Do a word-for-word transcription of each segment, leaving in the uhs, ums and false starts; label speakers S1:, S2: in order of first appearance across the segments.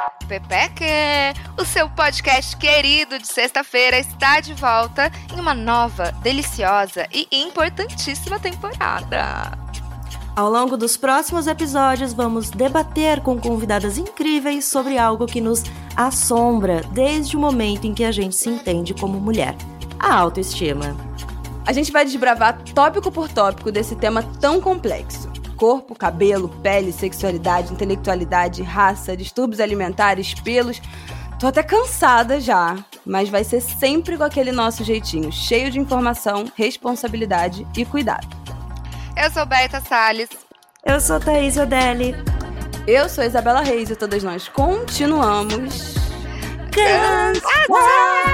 S1: Pepeque, o seu podcast querido de sexta-feira está de volta em uma nova, deliciosa e importantíssima temporada.
S2: Ao longo dos próximos episódios, vamos debater com convidadas incríveis sobre algo que nos assombra desde o momento em que a gente se entende como mulher: a autoestima.
S3: A gente vai desbravar tópico por tópico desse tema tão complexo. Corpo, cabelo, pele, sexualidade, intelectualidade, raça, distúrbios alimentares, pelos... Tô até cansada já, mas vai ser sempre com aquele nosso jeitinho, cheio de informação, responsabilidade e cuidado.
S1: Eu sou Berta Salles.
S2: Eu sou Thaís Odelli.
S3: Eu sou Isabela Reis e todas nós continuamos...
S1: Cansadas!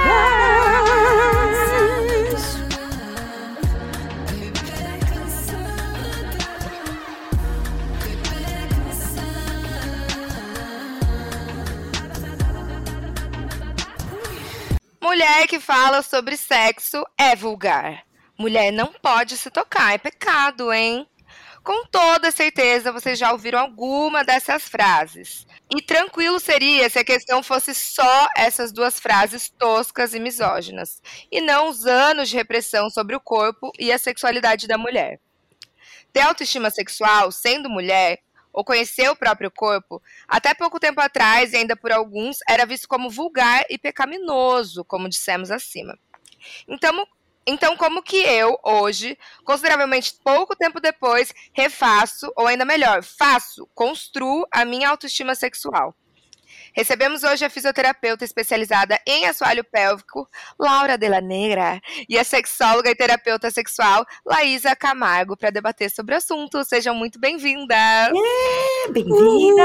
S1: Mulher que fala sobre sexo é vulgar. Mulher não pode se tocar, é pecado, hein? Com toda certeza vocês já ouviram alguma dessas frases. E tranquilo seria se a questão fosse só essas duas frases toscas e misóginas, e não os anos de repressão sobre o corpo e a sexualidade da mulher. Ter autoestima sexual, sendo mulher, ou conhecer o próprio corpo, até pouco tempo atrás, e ainda por alguns, era visto como vulgar e pecaminoso, como dissemos acima. Então, então como que eu, hoje, consideravelmente pouco tempo depois, refaço, ou ainda melhor, faço, construo a minha autoestima sexual? Recebemos hoje a fisioterapeuta especializada em assoalho pélvico, Laura Della Negra, e a sexóloga e terapeuta sexual, Laísa Camargo, para debater sobre o assunto. Sejam muito bem-vindas!
S2: É, bem-vindas!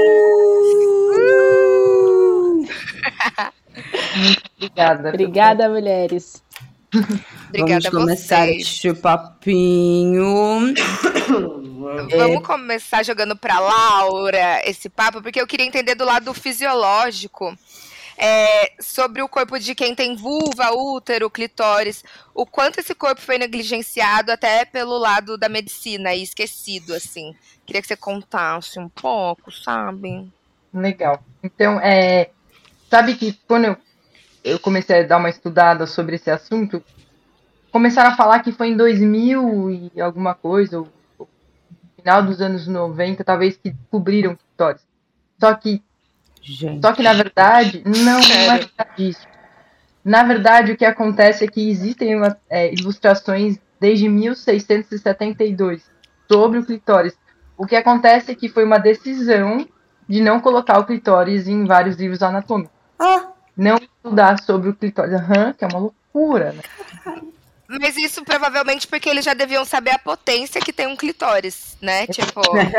S4: Uh! Muito obrigada.
S5: Obrigada, mulheres.
S1: Obrigada
S3: Vamos começar este papinho.
S1: Vamos começar jogando para Laura esse papo, porque eu queria entender do lado fisiológico, é, sobre o corpo de quem tem vulva, útero, clitóris, o quanto esse corpo foi negligenciado até pelo lado da medicina e esquecido, assim. Queria que você contasse um pouco, sabe?
S4: Legal. Então, é, sabe que quando eu, eu comecei a dar uma estudada sobre esse assunto, começaram a falar que foi em dois mil e alguma coisa, ou final dos anos noventa, talvez, que descobriram o clitóris. Só que,
S3: Gente.
S4: só que na verdade, não, não é disso. Na verdade, o que acontece é que existem uma, é, ilustrações desde mil seiscentos e setenta e dois sobre o clitóris. O que acontece é que foi uma decisão de não colocar o clitóris em vários livros anatômicos.
S2: Ah,
S4: Não estudar sobre o clitóris. Uhum, que é uma loucura, né?
S1: Mas isso provavelmente porque eles já deviam saber a potência que tem um clitóris, né? Tipo...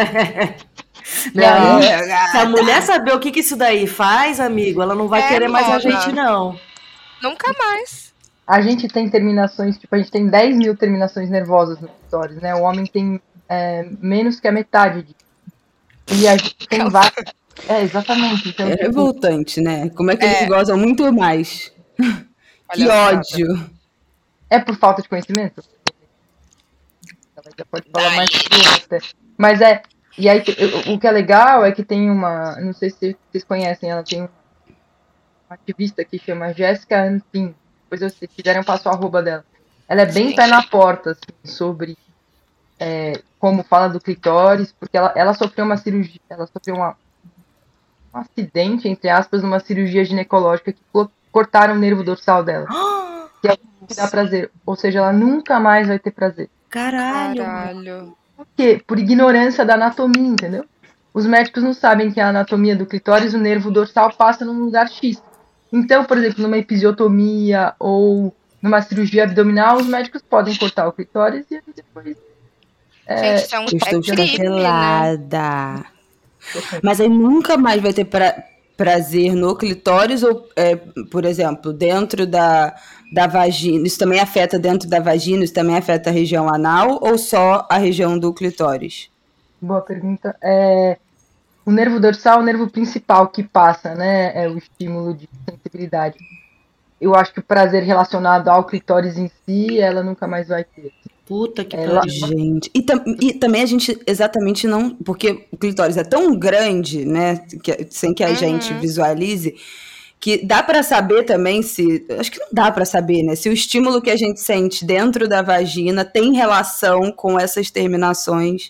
S2: não, se a mulher saber o que, que isso daí faz, amigo, ela não vai
S1: É,
S2: querer mais a
S1: mona.
S2: gente, não.
S1: Nunca mais.
S4: A gente tem terminações, tipo, a gente tem dez mil terminações nervosas no clitóris, né? O homem tem é, menos que a metade disso. E a gente tem várias... É, exatamente. Então,
S3: É
S4: tipo,
S3: revoltante, né? Como é que
S1: É.
S3: eles gozam muito mais? Que
S1: Olha,
S3: ódio.
S4: é por falta de conhecimento? Ela já pode falar mais sobre isso até. Mas é... E aí, o- o que é legal é que tem uma... Não sei se vocês conhecem, ela tem uma ativista que chama Jéssica Antin. Depois, se vocês quiserem, eu passo o arroba dela. Ela é bem
S1: Sim.
S4: pé na porta, assim, sobre é, como fala do clitóris, porque ela, ela sofreu uma cirurgia, ela sofreu uma, um acidente, entre aspas, numa cirurgia ginecológica que co- cortaram o nervo dorsal dela. Que é o que dá prazer. Ou seja, ela nunca mais vai ter prazer.
S2: Caralho.
S1: Caralho.
S4: Por quê? Por ignorância da anatomia, entendeu? Os médicos não sabem que a anatomia do clitóris, o nervo dorsal passa num lugar X. Então, por exemplo, numa episiotomia ou numa cirurgia abdominal, os médicos podem cortar o clitóris e aí depois...
S1: Gente, isso é um
S3: Eu estou
S1: é crime, né?
S3: cancelada. Mas aí nunca mais vai ter pra- prazer no clitóris ou, é, por exemplo, dentro da, da vagina? Isso também afeta dentro da vagina? Isso também afeta a região anal ou só a região do clitóris?
S4: Boa pergunta. É, o nervo dorsal é o nervo principal que passa, né? É o estímulo de sensibilidade. Eu acho que o prazer relacionado ao clitóris em si, ela nunca mais vai ter.
S2: Puta que
S4: Ela-
S2: pariu.
S3: Gente, e, tam- e também a gente exatamente não, porque o clitóris é tão grande, né, que- sem que a
S1: Uhum.
S3: gente visualize, que dá pra saber também se, acho que não dá pra saber, né, se o estímulo que a gente sente dentro da vagina tem relação com essas terminações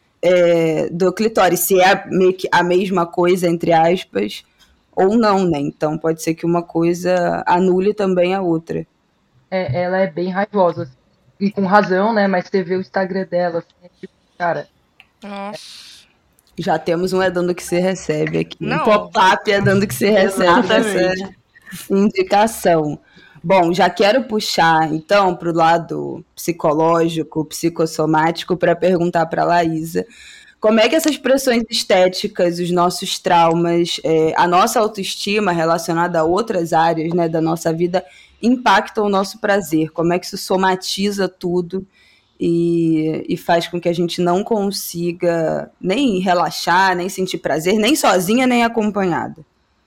S3: é, do clitóris, se é meio que a mesma coisa, entre aspas, ou não, né, então pode ser que uma coisa anule também a outra.
S4: É, ela é bem raivosa. assim. E com razão, né? Mas você vê o Instagram dela, assim, é tipo, cara,
S1: Nossa.
S3: Já temos um é dando que se recebe aqui. Um
S1: Não.
S3: pop-up é dando que se recebe
S2: Exatamente.
S3: dessa indicação. Bom, já quero puxar, então, para o lado psicológico, psicossomático, para perguntar para a Laísa como é que essas pressões estéticas, os nossos traumas, é, a nossa autoestima relacionada a outras áreas, né, da nossa vida impactam o nosso prazer, como é que isso somatiza tudo e, e faz com que a gente não consiga nem relaxar, nem sentir prazer, nem sozinha, nem acompanhada.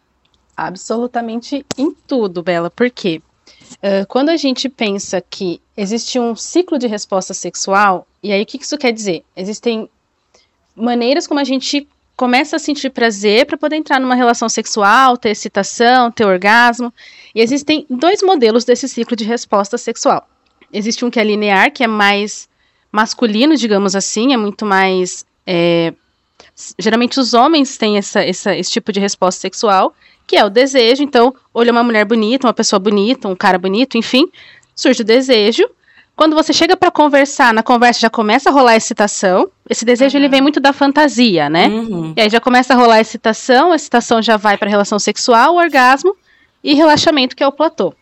S5: Absolutamente em tudo, Bela. Por quê? Uh, quando a gente pensa que existe um ciclo de resposta sexual, e aí o que isso quer dizer? Existem maneiras como a gente começa a sentir prazer para poder entrar numa relação sexual, ter excitação, ter orgasmo. E existem dois modelos desse ciclo de resposta sexual. Existe um que é linear, que é mais masculino, digamos assim, é muito mais... É, geralmente os homens têm essa, essa, esse tipo de resposta sexual, que é o desejo. Então, olha uma mulher bonita, uma pessoa bonita, um cara bonito, enfim, surge o desejo. Quando você chega para conversar, na conversa já começa a rolar a excitação. Esse desejo, ele vem muito da fantasia, né?
S2: Uhum.
S5: E aí já começa a rolar a excitação, a excitação já vai para a relação sexual, o orgasmo e relaxamento, que é o platô.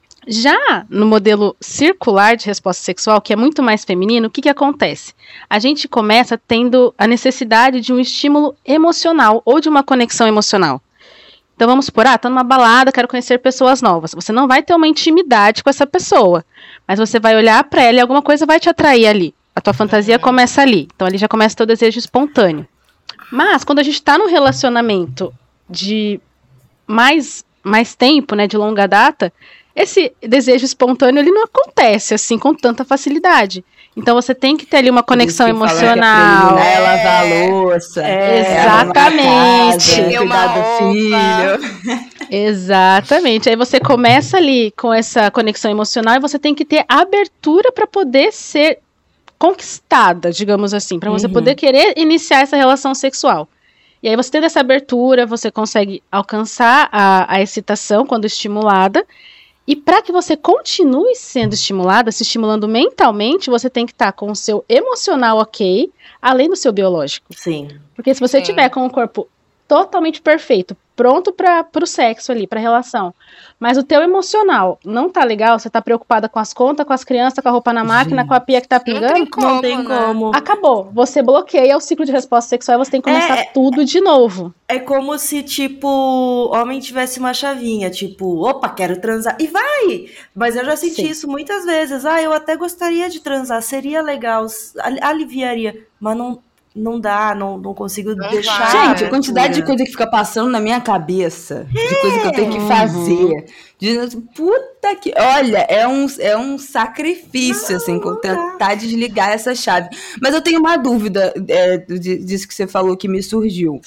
S5: Já no modelo circular de resposta sexual, que é muito mais feminino, o que, que acontece? A gente começa tendo a necessidade de um estímulo emocional ou de uma conexão emocional. Então vamos supor, ah, tô numa balada, quero conhecer pessoas novas. Você não vai ter uma intimidade com essa pessoa, mas você vai olhar pra ela e alguma coisa vai te atrair ali. A tua fantasia começa ali. Então ali já começa o teu desejo espontâneo. Mas quando a gente tá num relacionamento de mais, mais tempo, né, de longa data, esse desejo espontâneo ele não acontece assim com tanta facilidade. Então você tem que ter ali uma conexão
S3: Por isso que fala
S5: emocional.
S3: que é preliminar, é lavar a louça,
S5: É,
S3: é arrumar a casa,
S5: exatamente.
S3: é cuidar do filho.
S5: Exatamente. Aí você começa ali com essa conexão emocional e você tem que ter abertura para poder ser conquistada, digamos assim, para você
S2: Uhum.
S5: poder querer iniciar essa relação sexual. E aí você tendo essa abertura, você consegue alcançar a, a excitação quando estimulada. E para que você continue sendo estimulada, se estimulando mentalmente, você tem que estar com o seu emocional ok, além do seu biológico.
S2: Sim.
S5: Porque se você
S1: Sim.
S5: tiver com o corpo totalmente perfeito, pronto para o sexo ali, para a relação, mas o teu emocional não tá legal, você tá preocupada com as contas, com as crianças, com a roupa na máquina,
S2: Gente.
S5: com a pia que tá
S1: Não
S5: pingando,
S1: tem como,
S2: Não tem
S1: né?
S2: como.
S5: acabou. Você bloqueia o ciclo de resposta sexual e você tem que começar
S2: É,
S5: tudo de novo.
S2: É como se, tipo, homem tivesse uma chavinha, tipo, opa, quero transar. E vai! Mas eu já senti
S5: Sim.
S2: isso muitas vezes. Ah, eu até gostaria de transar, seria legal, s- ali- aliviaria. Mas não, não dá, não, não consigo
S1: Não
S2: deixar.
S1: vai.
S2: a
S3: Gente, a
S2: abertura.
S3: quantidade de coisa que fica passando na minha cabeça, de coisa que eu tenho que
S2: Uhum.
S3: fazer. De, puta que. Olha, é um, é um sacrifício, assim, com tentar desligar essa chave. Mas eu tenho uma dúvida é, de- disso que você falou que me surgiu.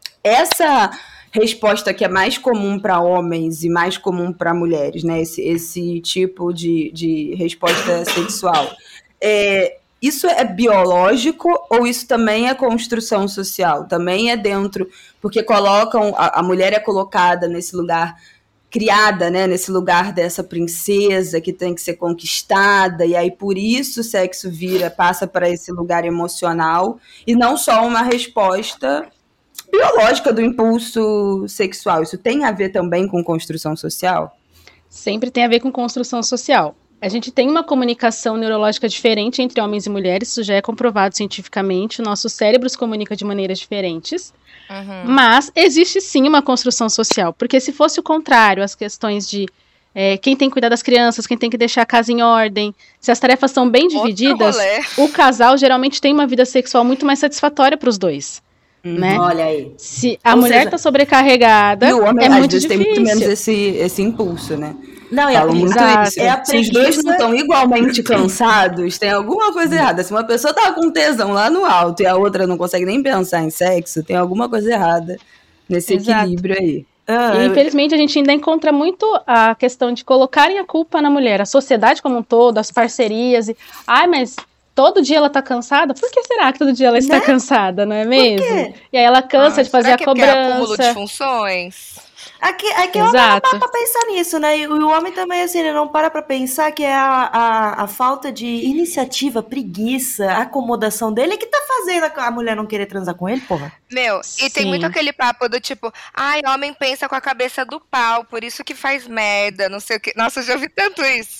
S3: Essa resposta que é mais comum para homens e mais comum para mulheres, né? Esse, esse tipo de, de resposta sexual. É, isso é biológico ou isso também é construção social? Também é dentro, porque colocam, a, a mulher é colocada nesse lugar, criada, né, nesse lugar dessa princesa que tem que ser conquistada, e aí por isso o sexo vira, passa para esse lugar emocional, e não só uma resposta biológica do impulso sexual. Isso tem a ver também com construção social?
S5: Sempre tem a ver com construção social. A gente tem uma comunicação neurológica diferente entre homens e mulheres, isso já é comprovado cientificamente, o nosso cérebro se comunica de maneiras diferentes,
S1: Uhum.
S5: mas existe sim uma construção social, porque se fosse o contrário, as questões de é, quem tem que cuidar das crianças, quem tem que deixar a casa em ordem, se as tarefas são bem
S1: Outro
S5: divididas,
S1: rolê.
S5: o casal geralmente tem uma vida sexual muito mais satisfatória para os dois, né?
S2: Olha aí.
S5: Se a
S2: Ou
S5: mulher
S2: seja,
S5: tá sobrecarregada,
S3: E o homem,
S5: é
S3: às
S5: muito
S3: vezes, tem muito
S5: difícil.
S3: menos esse, esse impulso, né?
S2: Não, é
S3: Falam muito
S5: Exato.
S3: isso.
S2: É a
S3: Se os dois
S2: preguiça-
S3: não estão igualmente cansados, tem alguma coisa errada. Se uma pessoa tá com tesão lá no alto e a outra não consegue nem pensar em sexo, tem alguma coisa errada nesse
S5: Exato.
S3: equilíbrio aí.
S2: Ah,
S5: E infelizmente a gente ainda encontra muito a questão de colocarem a culpa na mulher, a sociedade como um todo, as parcerias. E, ai, mas todo dia ela tá cansada? Por que será que todo dia ela está
S2: Né?
S5: cansada, não é mesmo?
S2: quê?
S5: E aí ela cansa
S1: Ah,
S5: de fazer
S1: será
S5: a
S1: que é porque é acúmulo de
S5: cobrança.
S1: funções?
S2: Aqui, aqui o homem não
S5: Exato.
S2: para pra pensar nisso, né? E o homem também, assim, ele não para pra pensar que é a, a, a falta de iniciativa, preguiça, acomodação dele que tá fazendo a mulher não querer transar com ele, porra.
S1: Meu, e tem
S5: Sim.
S1: muito aquele papo do tipo, ai, homem pensa com a cabeça do pau, por isso que faz merda, não sei o que. Nossa, eu já ouvi tanto isso.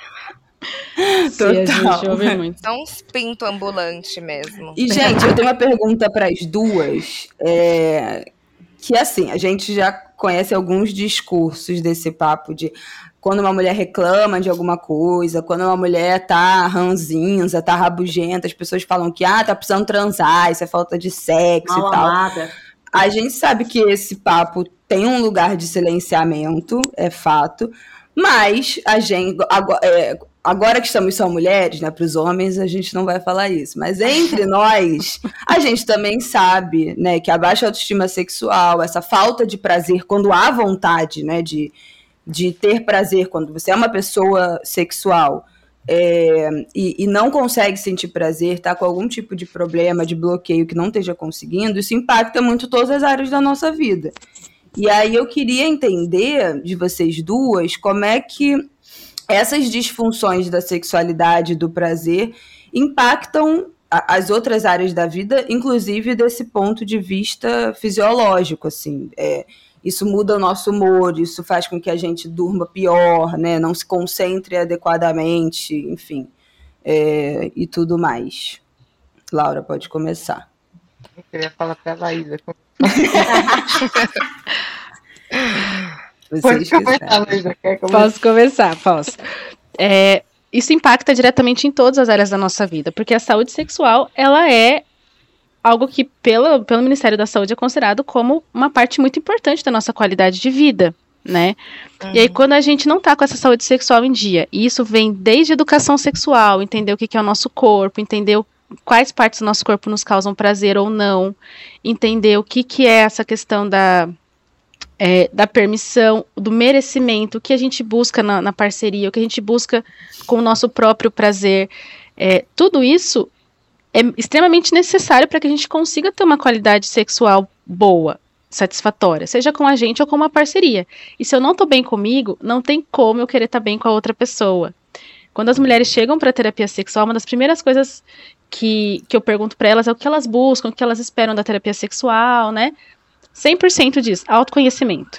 S5: Sim, a
S3: Total.
S5: gente ouve muito.
S1: São uns pinto ambulante mesmo.
S3: E, gente, eu tenho uma pergunta para as duas. É, que, assim, a gente já conhece alguns discursos desse papo de quando uma mulher reclama de alguma coisa, quando uma mulher tá ranzinza, tá rabugenta, as pessoas falam que, ah, tá precisando transar, isso é falta de sexo
S2: Mal
S3: e tal.
S2: amada.
S3: A gente sabe que esse papo tem um lugar de silenciamento, é fato, mas a gente, agora, é, agora que estamos só mulheres, né, para os homens a gente não vai falar isso, mas entre nós, a gente também sabe, né, que a baixa autoestima sexual, essa falta de prazer, quando há vontade, né, de, de ter prazer, quando você é uma pessoa sexual, É, e, e não consegue sentir prazer, tá com algum tipo de problema, de bloqueio que não esteja conseguindo, isso impacta muito todas as áreas da nossa vida. E aí eu queria entender de vocês duas como é que essas disfunções da sexualidade e do prazer impactam a, as outras áreas da vida, inclusive desse ponto de vista fisiológico, assim, é, isso muda o nosso humor, isso faz com que a gente durma pior, né? Não se concentre adequadamente, enfim, é, e tudo mais. Laura, pode começar.
S4: Eu queria falar pra Laísa.
S3: Vocês
S4: Pode começar,
S3: quiserem.
S4: Laísa. Quer começar?
S5: Posso começar? Posso. É, isso impacta diretamente em todas as áreas da nossa vida, porque a saúde sexual, ela é algo que pelo, pelo Ministério da Saúde é considerado como uma parte muito importante da nossa qualidade de vida, né?
S1: Uhum.
S5: E aí, quando a gente não tá com essa saúde sexual em dia, e isso vem desde educação sexual, entender o que, que é o nosso corpo, entender o, quais partes do nosso corpo nos causam prazer ou não, entender o que, que é essa questão da, é, da permissão, do merecimento, o que a gente busca na, na parceria, o que a gente busca com o nosso próprio prazer, é, tudo isso é extremamente necessário para que a gente consiga ter uma qualidade sexual boa, satisfatória, seja com a gente ou com uma parceria. E se eu não tô bem comigo, não tem como eu querer estar bem com a outra pessoa. Quando as mulheres chegam para terapia sexual, uma das primeiras coisas que, que eu pergunto para elas é o que elas buscam, o que elas esperam da terapia sexual, né? cem por cento diz autoconhecimento.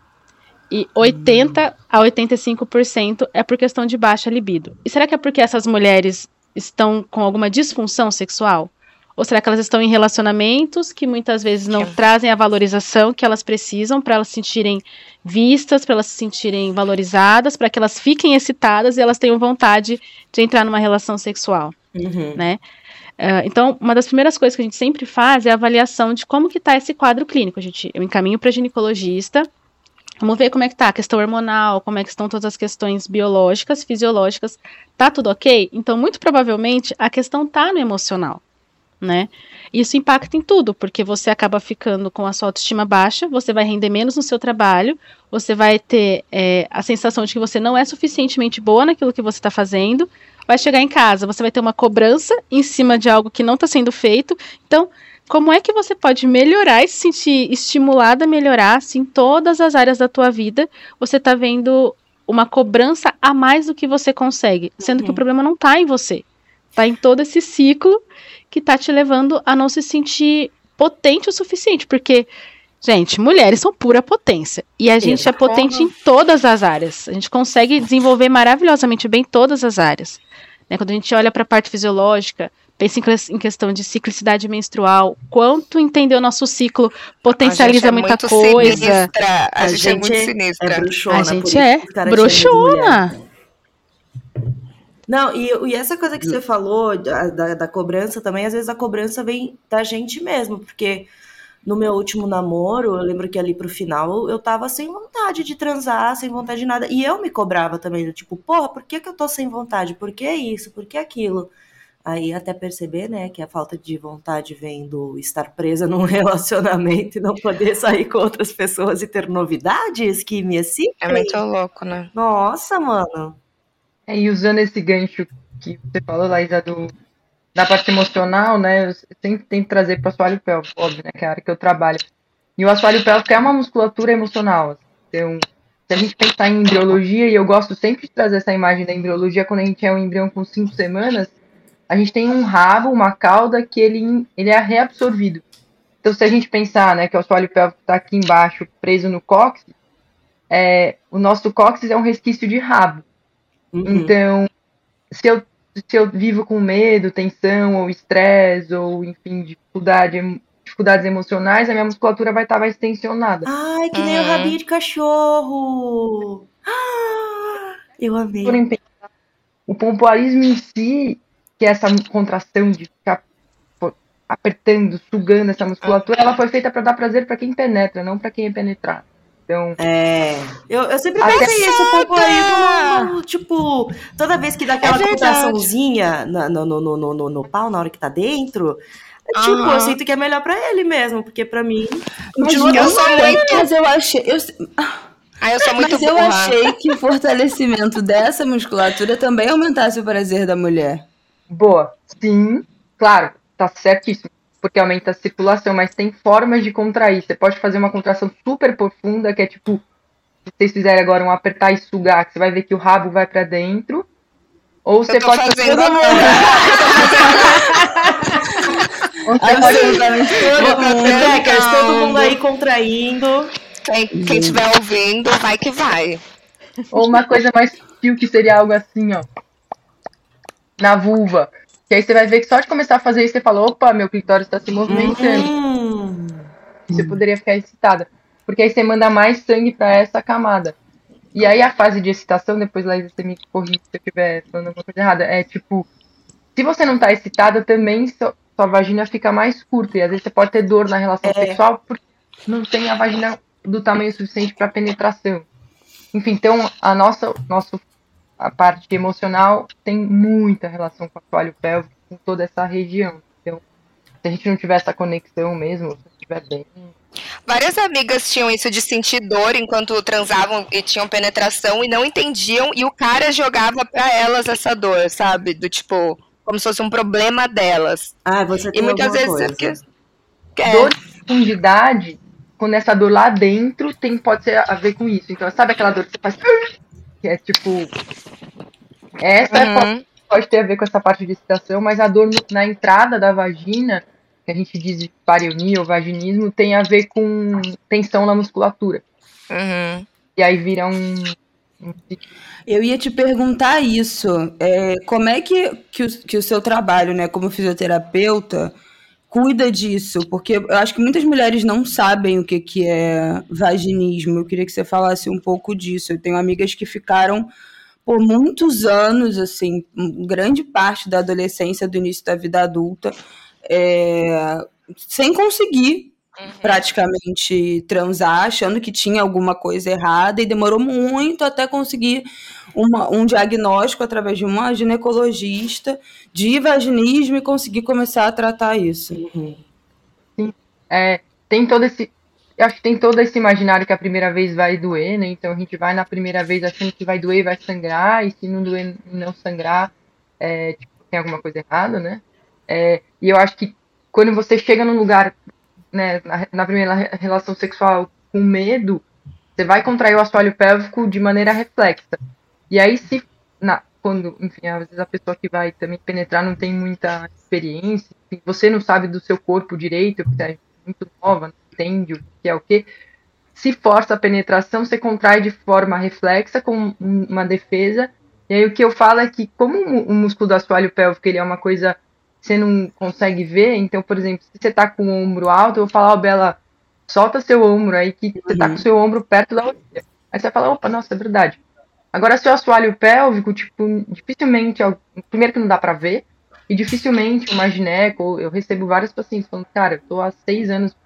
S5: E oitenta a oitenta e cinco por cento é por questão de baixa libido. E será que é porque essas mulheres estão com alguma disfunção sexual? Ou será que elas estão em relacionamentos que muitas vezes não
S1: Sim.
S5: trazem a valorização que elas precisam para elas se sentirem vistas, para elas se sentirem valorizadas, para que elas fiquem excitadas e elas tenham vontade de entrar numa relação sexual,
S2: Uhum.
S5: né? Uh, então, uma das primeiras coisas que a gente sempre faz é a avaliação de como que está esse quadro clínico. A gente, eu encaminho para ginecologista, vamos ver como é que tá a questão hormonal, como é que estão todas as questões biológicas, fisiológicas, tá tudo ok? Então, muito provavelmente, a questão tá no emocional, né? Isso impacta em tudo, porque você acaba ficando com a sua autoestima baixa, você vai render menos no seu trabalho, você vai ter é, a sensação de que você não é suficientemente boa naquilo que você está fazendo, vai chegar em casa, você vai ter uma cobrança em cima de algo que não está sendo feito, então... Como é que você pode melhorar e se sentir estimulada a melhorar se em todas as áreas da tua vida você está vendo uma cobrança a mais do que você consegue, sendo
S2: Uhum.
S5: que o problema não está em você, está em todo esse ciclo que está te levando a não se sentir potente o suficiente, porque, gente, mulheres são pura potência, e a gente é
S2: Exato.
S5: potente em todas as áreas, a gente consegue desenvolver maravilhosamente bem todas as áreas, né? Quando a gente olha para a parte fisiológica, pensa em, ques- em questão de ciclicidade menstrual, quanto entender o nosso ciclo potencializa
S1: A gente é
S5: muita
S1: muito
S5: coisa.
S1: sinistra. A, gente, é muito sinistra.
S2: É bruxona.
S5: A
S2: por
S5: gente
S2: isso
S5: é
S2: que os caras chamam de mulher.
S5: bruxona.
S2: Não, e, e essa coisa que você falou da, da, da cobrança também, às vezes a cobrança vem da gente mesmo, porque no meu último namoro, eu lembro que ali pro final eu tava sem vontade de transar, sem vontade de nada. E eu me cobrava também, tipo, porra, por que que eu tô sem vontade? Por que isso? Por que aquilo? Aí até perceber, né, que a falta de vontade vem do estar presa num relacionamento e não poder sair com outras pessoas e ter novidades que me excitem.
S1: É muito louco, né?
S2: Nossa, mano.
S4: É, e usando esse gancho que você falou, Laísa, do, da parte emocional, né? Eu sempre tento trazer para o assoalho pélvico, óbvio, né? Que é a área que eu trabalho. E o assoalho pélvico é uma musculatura emocional. Assim. Então, se a gente pensar em embriologia, e eu gosto sempre de trazer essa imagem da embriologia, quando a gente é um embrião com cinco semanas, a gente tem um rabo, uma cauda, que ele, ele é reabsorvido. Então, se a gente pensar, né, que o assoalho pélvico está aqui embaixo, preso no cóccix, é, o nosso cóccix é um resquício de rabo. Uhum. Então, se eu, se eu vivo com medo, tensão, ou estresse, ou, enfim, dificuldade, dificuldades emocionais, a minha musculatura vai estar mais tensionada.
S2: Ai, que nem uhum. o rabinho de cachorro! Ah, eu amei.
S4: O pompoarismo em si, que é essa contração de ficar apertando, sugando essa musculatura, ela foi feita para dar prazer para quem penetra, não para quem é penetrado. Então,
S2: é, eu, eu sempre pensei isso, o pompoarismo, tipo, toda vez que dá aquela é contraçãozinha no, no, no, no, no, no pau, na hora que tá dentro, é, tipo, uhum. eu sinto que é melhor pra ele mesmo, porque pra mim, continua
S3: eu sou muito, mas eu achei, eu,
S1: ah, eu sou muito
S3: mas eu achei que o fortalecimento dessa musculatura também aumentasse o prazer da mulher.
S4: Boa, sim, claro, tá certíssimo. Porque aumenta a circulação, mas tem formas de contrair. Você pode fazer uma contração super profunda, que é tipo, se vocês fizerem agora um apertar e sugar, que você vai ver que o rabo vai pra dentro. Ou você pode fazer...
S1: Todo mundo.
S2: Absolutamente todo mundo. Packers, todo mundo aí contraindo.
S1: Quem, quem estiver ouvindo, vai que vai.
S4: Ou uma coisa mais sutil, que seria algo assim, ó. Na vulva. Que aí você vai ver que só de começar a fazer isso, você fala, opa, meu clitóris está se movimentando. Hum. Você poderia ficar excitada. Porque aí você manda mais sangue para essa camada. E aí a fase de excitação, depois, Laísa, você me corrige se eu estiver falando alguma coisa errada, é tipo, se você não está excitada, também sua, sua vagina fica mais curta. E às vezes você pode ter dor na relação é. sexual porque não tem a vagina do tamanho suficiente para penetração. Enfim, então a nossa... Nosso, a parte emocional tem muita relação com o assoalho pélvico, com toda essa região. Então, se a gente não tiver essa conexão mesmo, se estiver bem...
S1: Várias amigas tinham isso de sentir dor enquanto transavam e tinham penetração e não entendiam, e o cara jogava pra elas essa dor, sabe? Do tipo, como se fosse um problema delas.
S2: Ah, você tem
S1: e muitas vezes
S2: coisa.
S4: Que... É. Dor de profundidade, quando essa dor lá dentro, tem, pode ser a ver com isso. Então, sabe aquela dor que você faz... Que é tipo... Essa uhum. pode, pode ter a ver com essa parte de excitação, mas a dor no, na entrada da vagina, que a gente diz de pareunia ou vaginismo, tem a ver com tensão na musculatura.
S1: Uhum.
S4: E aí vira um... um...
S3: Eu ia te perguntar isso. É, como é que, que, o, que o seu trabalho, né, como fisioterapeuta, cuida disso? Porque eu acho que muitas mulheres não sabem o que, que é vaginismo. Eu queria que você falasse um pouco disso. Eu tenho amigas que ficaram por muitos anos, assim, grande parte da adolescência, do início da vida adulta, é, sem conseguir uhum. praticamente transar, achando que tinha alguma coisa errada, e demorou muito até conseguir uma, um diagnóstico através de uma ginecologista de vaginismo e conseguir começar a tratar isso.
S4: Uhum. Sim, é, tem todo esse... Eu acho que tem todo esse imaginário que a primeira vez vai doer, né? Então a gente vai na primeira vez achando que vai doer, vai sangrar, e se não doer, não sangrar, é, tipo, tem alguma coisa errada, né? É, e eu acho que quando você chega num lugar, né, na, na primeira relação sexual com medo, você vai contrair o assoalho pélvico de maneira reflexa. E aí, se, na, quando, enfim, às vezes a pessoa que vai também penetrar não tem muita experiência, você não sabe do seu corpo direito, porque é muito nova, não entende o que é o que, se força a penetração, você contrai de forma reflexa, com uma defesa, e aí o que eu falo é que, como o músculo do assoalho pélvico ele é uma coisa que você não consegue ver, então, por exemplo, se você tá com o ombro alto, eu vou falar, ó, oh, Bela, solta seu ombro aí, que você tá com o seu ombro perto da orelha. Aí você vai falar, opa, nossa, é verdade. Agora, seu assoalho pélvico, tipo, dificilmente, primeiro que não dá pra ver, e dificilmente uma gineco, eu recebo vários pacientes falando, cara, eu tô há seis anos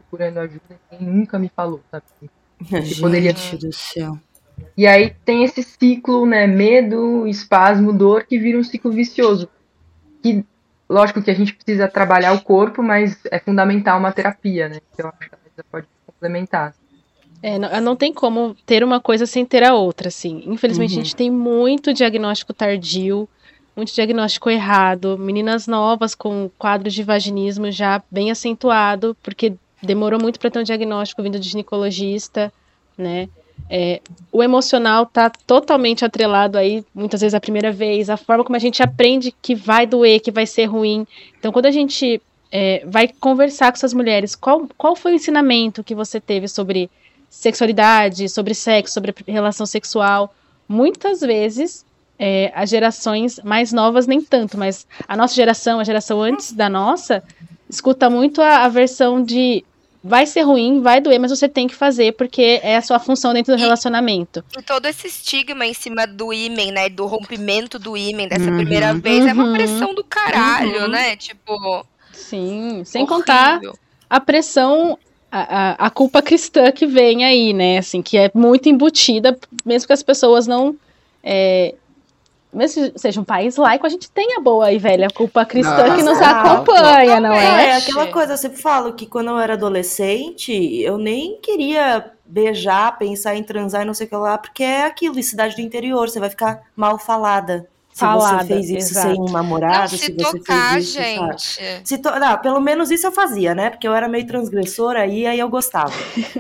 S4: procurando ajuda e ninguém nunca me falou, sabe?
S3: Gente
S4: poderia-
S3: do céu.
S4: E aí tem esse ciclo, né? Medo, espasmo, dor, que vira um ciclo vicioso. Que, lógico que a gente precisa trabalhar o corpo, mas é fundamental uma terapia, né? Então eu acho que a Raíssa pode complementar.
S5: É, não, não tem como ter uma coisa sem ter a outra, assim. Infelizmente,
S3: Uhum.
S5: a gente tem muito diagnóstico tardio, muito diagnóstico errado, meninas novas com quadro de vaginismo já bem acentuado, porque demorou muito para ter um diagnóstico vindo de ginecologista, né? É, o emocional tá totalmente atrelado aí, muitas vezes a primeira vez, a forma como a gente aprende que vai doer, que vai ser ruim. Então, quando a gente é, vai conversar com essas mulheres, qual, qual foi o ensinamento que você teve sobre sexualidade, sobre sexo, sobre relação sexual? Muitas vezes, é, as gerações mais novas nem tanto, mas a nossa geração, a geração antes da nossa, escuta muito a, a versão de vai ser ruim, vai doer, mas você tem que fazer porque é a sua função dentro do
S1: E-
S5: relacionamento.
S1: E todo esse estigma em cima do ímen, né? Do rompimento do ímen dessa
S3: Uhum.
S1: primeira vez é uma
S5: Uhum.
S1: pressão do caralho,
S2: Uhum.
S1: né? Tipo,
S5: Sim, sem
S1: horrível.
S5: contar a pressão, a, a, a culpa cristã que vem aí, né? Assim, que é muito embutida, mesmo que as pessoas não. É, mesmo que seja um país laico, a gente tem a boa e velha culpa cristã
S3: Nossa,
S5: que nos
S2: ah,
S5: acompanha, não
S2: É,
S5: é?
S2: é aquela coisa, eu sempre falo que quando eu era adolescente, eu nem queria beijar, pensar em transar e não sei o que lá, porque é aquilo, em cidade do interior, você vai ficar mal falada. Se
S5: Falada,
S2: você fez isso
S5: exato.
S2: sem um
S1: Não,
S2: namorado,
S1: se
S2: se você
S1: tocar,
S2: fez isso, sabe?
S1: gente.
S2: Se to... Não, pelo menos isso eu fazia, né? Porque eu era meio transgressora aí, aí eu gostava.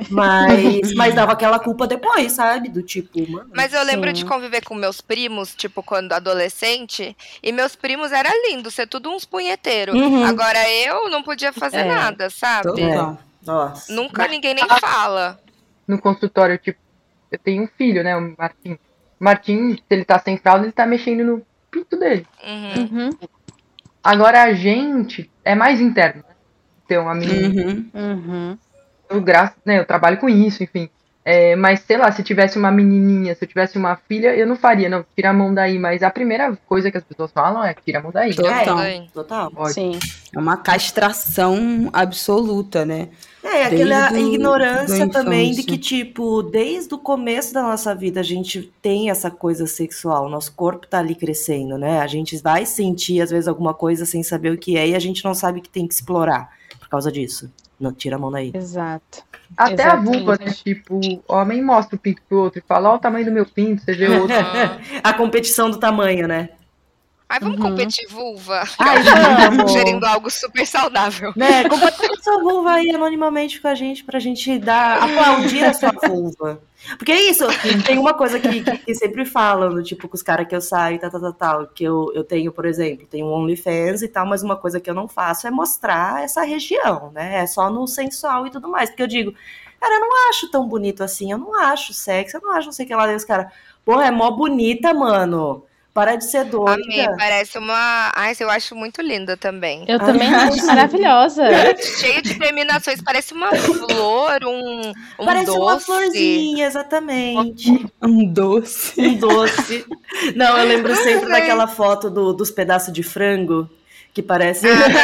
S2: Mas, mas dava aquela culpa depois, sabe? Do tipo, mano.
S1: Mas eu lembro
S5: Sim.
S1: de conviver com meus primos, tipo, quando adolescente, e meus primos era lindo, ser tudo uns punheteiros.
S2: Uhum.
S1: Agora eu não podia fazer
S5: É.
S1: nada, sabe?
S3: Total.
S2: Nossa.
S1: Nunca ninguém nem fala.
S4: No consultório, tipo, eu tenho um filho, né? O Martim. O Martim, se ele tá sem fralda, ele tá mexendo no pinto dele.
S1: Uhum.
S5: Uhum,
S4: Agora a gente é mais interno, né? Ter uma menina.
S3: Uhum.
S5: uhum.
S4: Eu, graças, né, eu trabalho com isso, enfim. É, mas, sei lá, se tivesse uma menininha, se eu tivesse uma filha, eu não faria, não, tira a mão daí. Mas a primeira coisa que as pessoas falam é tira a mão daí.
S3: Total.
S2: É, total.
S4: Pode.
S5: Sim.
S3: É uma castração absoluta, né?
S2: É, aquela
S3: Desde o-
S2: ignorância
S3: da
S2: também de
S3: infância.
S2: que, tipo, desde o começo da nossa vida a gente tem essa coisa sexual, nosso corpo tá ali crescendo, né? A gente vai sentir, às vezes, alguma coisa sem saber o que é e a gente não sabe que tem que explorar por causa disso. Não, tira a mão daí.
S5: Exato.
S4: Até
S5: Exatamente.
S4: a vulva, né? Tipo, o homem mostra o pinto pro outro e fala, ó o tamanho do meu pinto, você vê o outro.
S2: A competição do tamanho, né?
S1: Ai, vamos
S5: Uhum.
S1: competir vulva?
S2: Ai, vamos!
S1: Sugerindo algo super saudável.
S2: Né, compartilha sua vulva aí anonimamente com a gente, pra gente dar, aplaudir a sua vulva. Porque é isso, tem uma coisa que, que, que sempre falam, tipo, com os caras que eu saio e tal, tal, tal, tal, que eu, eu tenho, por exemplo, tenho um OnlyFans e tal, mas uma coisa que eu não faço é mostrar essa região, né? É só no sensual e tudo mais. Porque eu digo, cara, eu não acho tão bonito assim, eu não acho sexy, eu não acho não sei o que lá. Daí os caras, porra, é mó bonita, mano. Para de ser doida.
S1: Amei, parece uma... Ai, eu acho muito linda também.
S5: Eu também acho maravilhosa.
S1: Cheio de terminações, parece uma flor, um, um
S2: Parece
S1: doce.
S2: uma florzinha, exatamente.
S3: Um doce.
S2: Um doce. Não, eu lembro sempre daquela foto do, dos pedaços de frango, que parece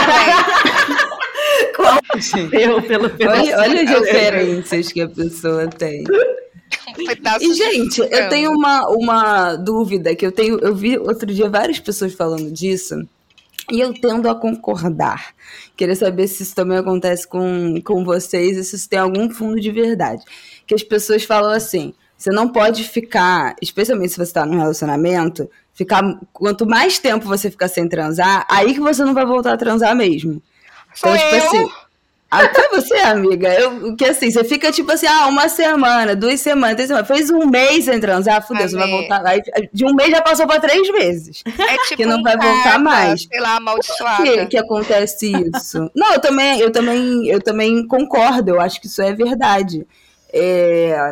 S1: Ah,
S2: pelo, pelo pedaço.
S3: Olha, olha as
S2: de frango.
S3: diferenças que a pessoa tem.
S1: um pedaço
S3: E,
S1: de
S3: gente, eu
S1: frango.
S3: tenho uma, uma dúvida que eu tenho. Eu vi outro dia várias pessoas falando disso. E eu tendo a concordar. Queria saber se isso também acontece com, com vocês e se isso tem algum fundo de verdade. Que as pessoas falam assim, você não pode ficar, especialmente se você está num relacionamento, ficar, quanto mais tempo você ficar sem transar, aí que você não vai voltar a transar mesmo.
S1: Sou
S3: Então, tipo
S1: eu.
S3: assim, até você, amiga, eu, que assim, você fica tipo assim, ah, uma semana, duas semanas, três semanas, fez um mês sem transar, fudeu, você vai
S1: Amei.
S3: voltar, aí, de um mês já passou pra três meses.
S1: É tipo
S3: que não
S1: um
S3: vai voltar
S1: karma,
S3: mais.
S1: sei lá, amaldiçoada.
S3: que, que acontece isso? Não, eu também, eu também, eu também concordo, eu acho que isso é verdade. É,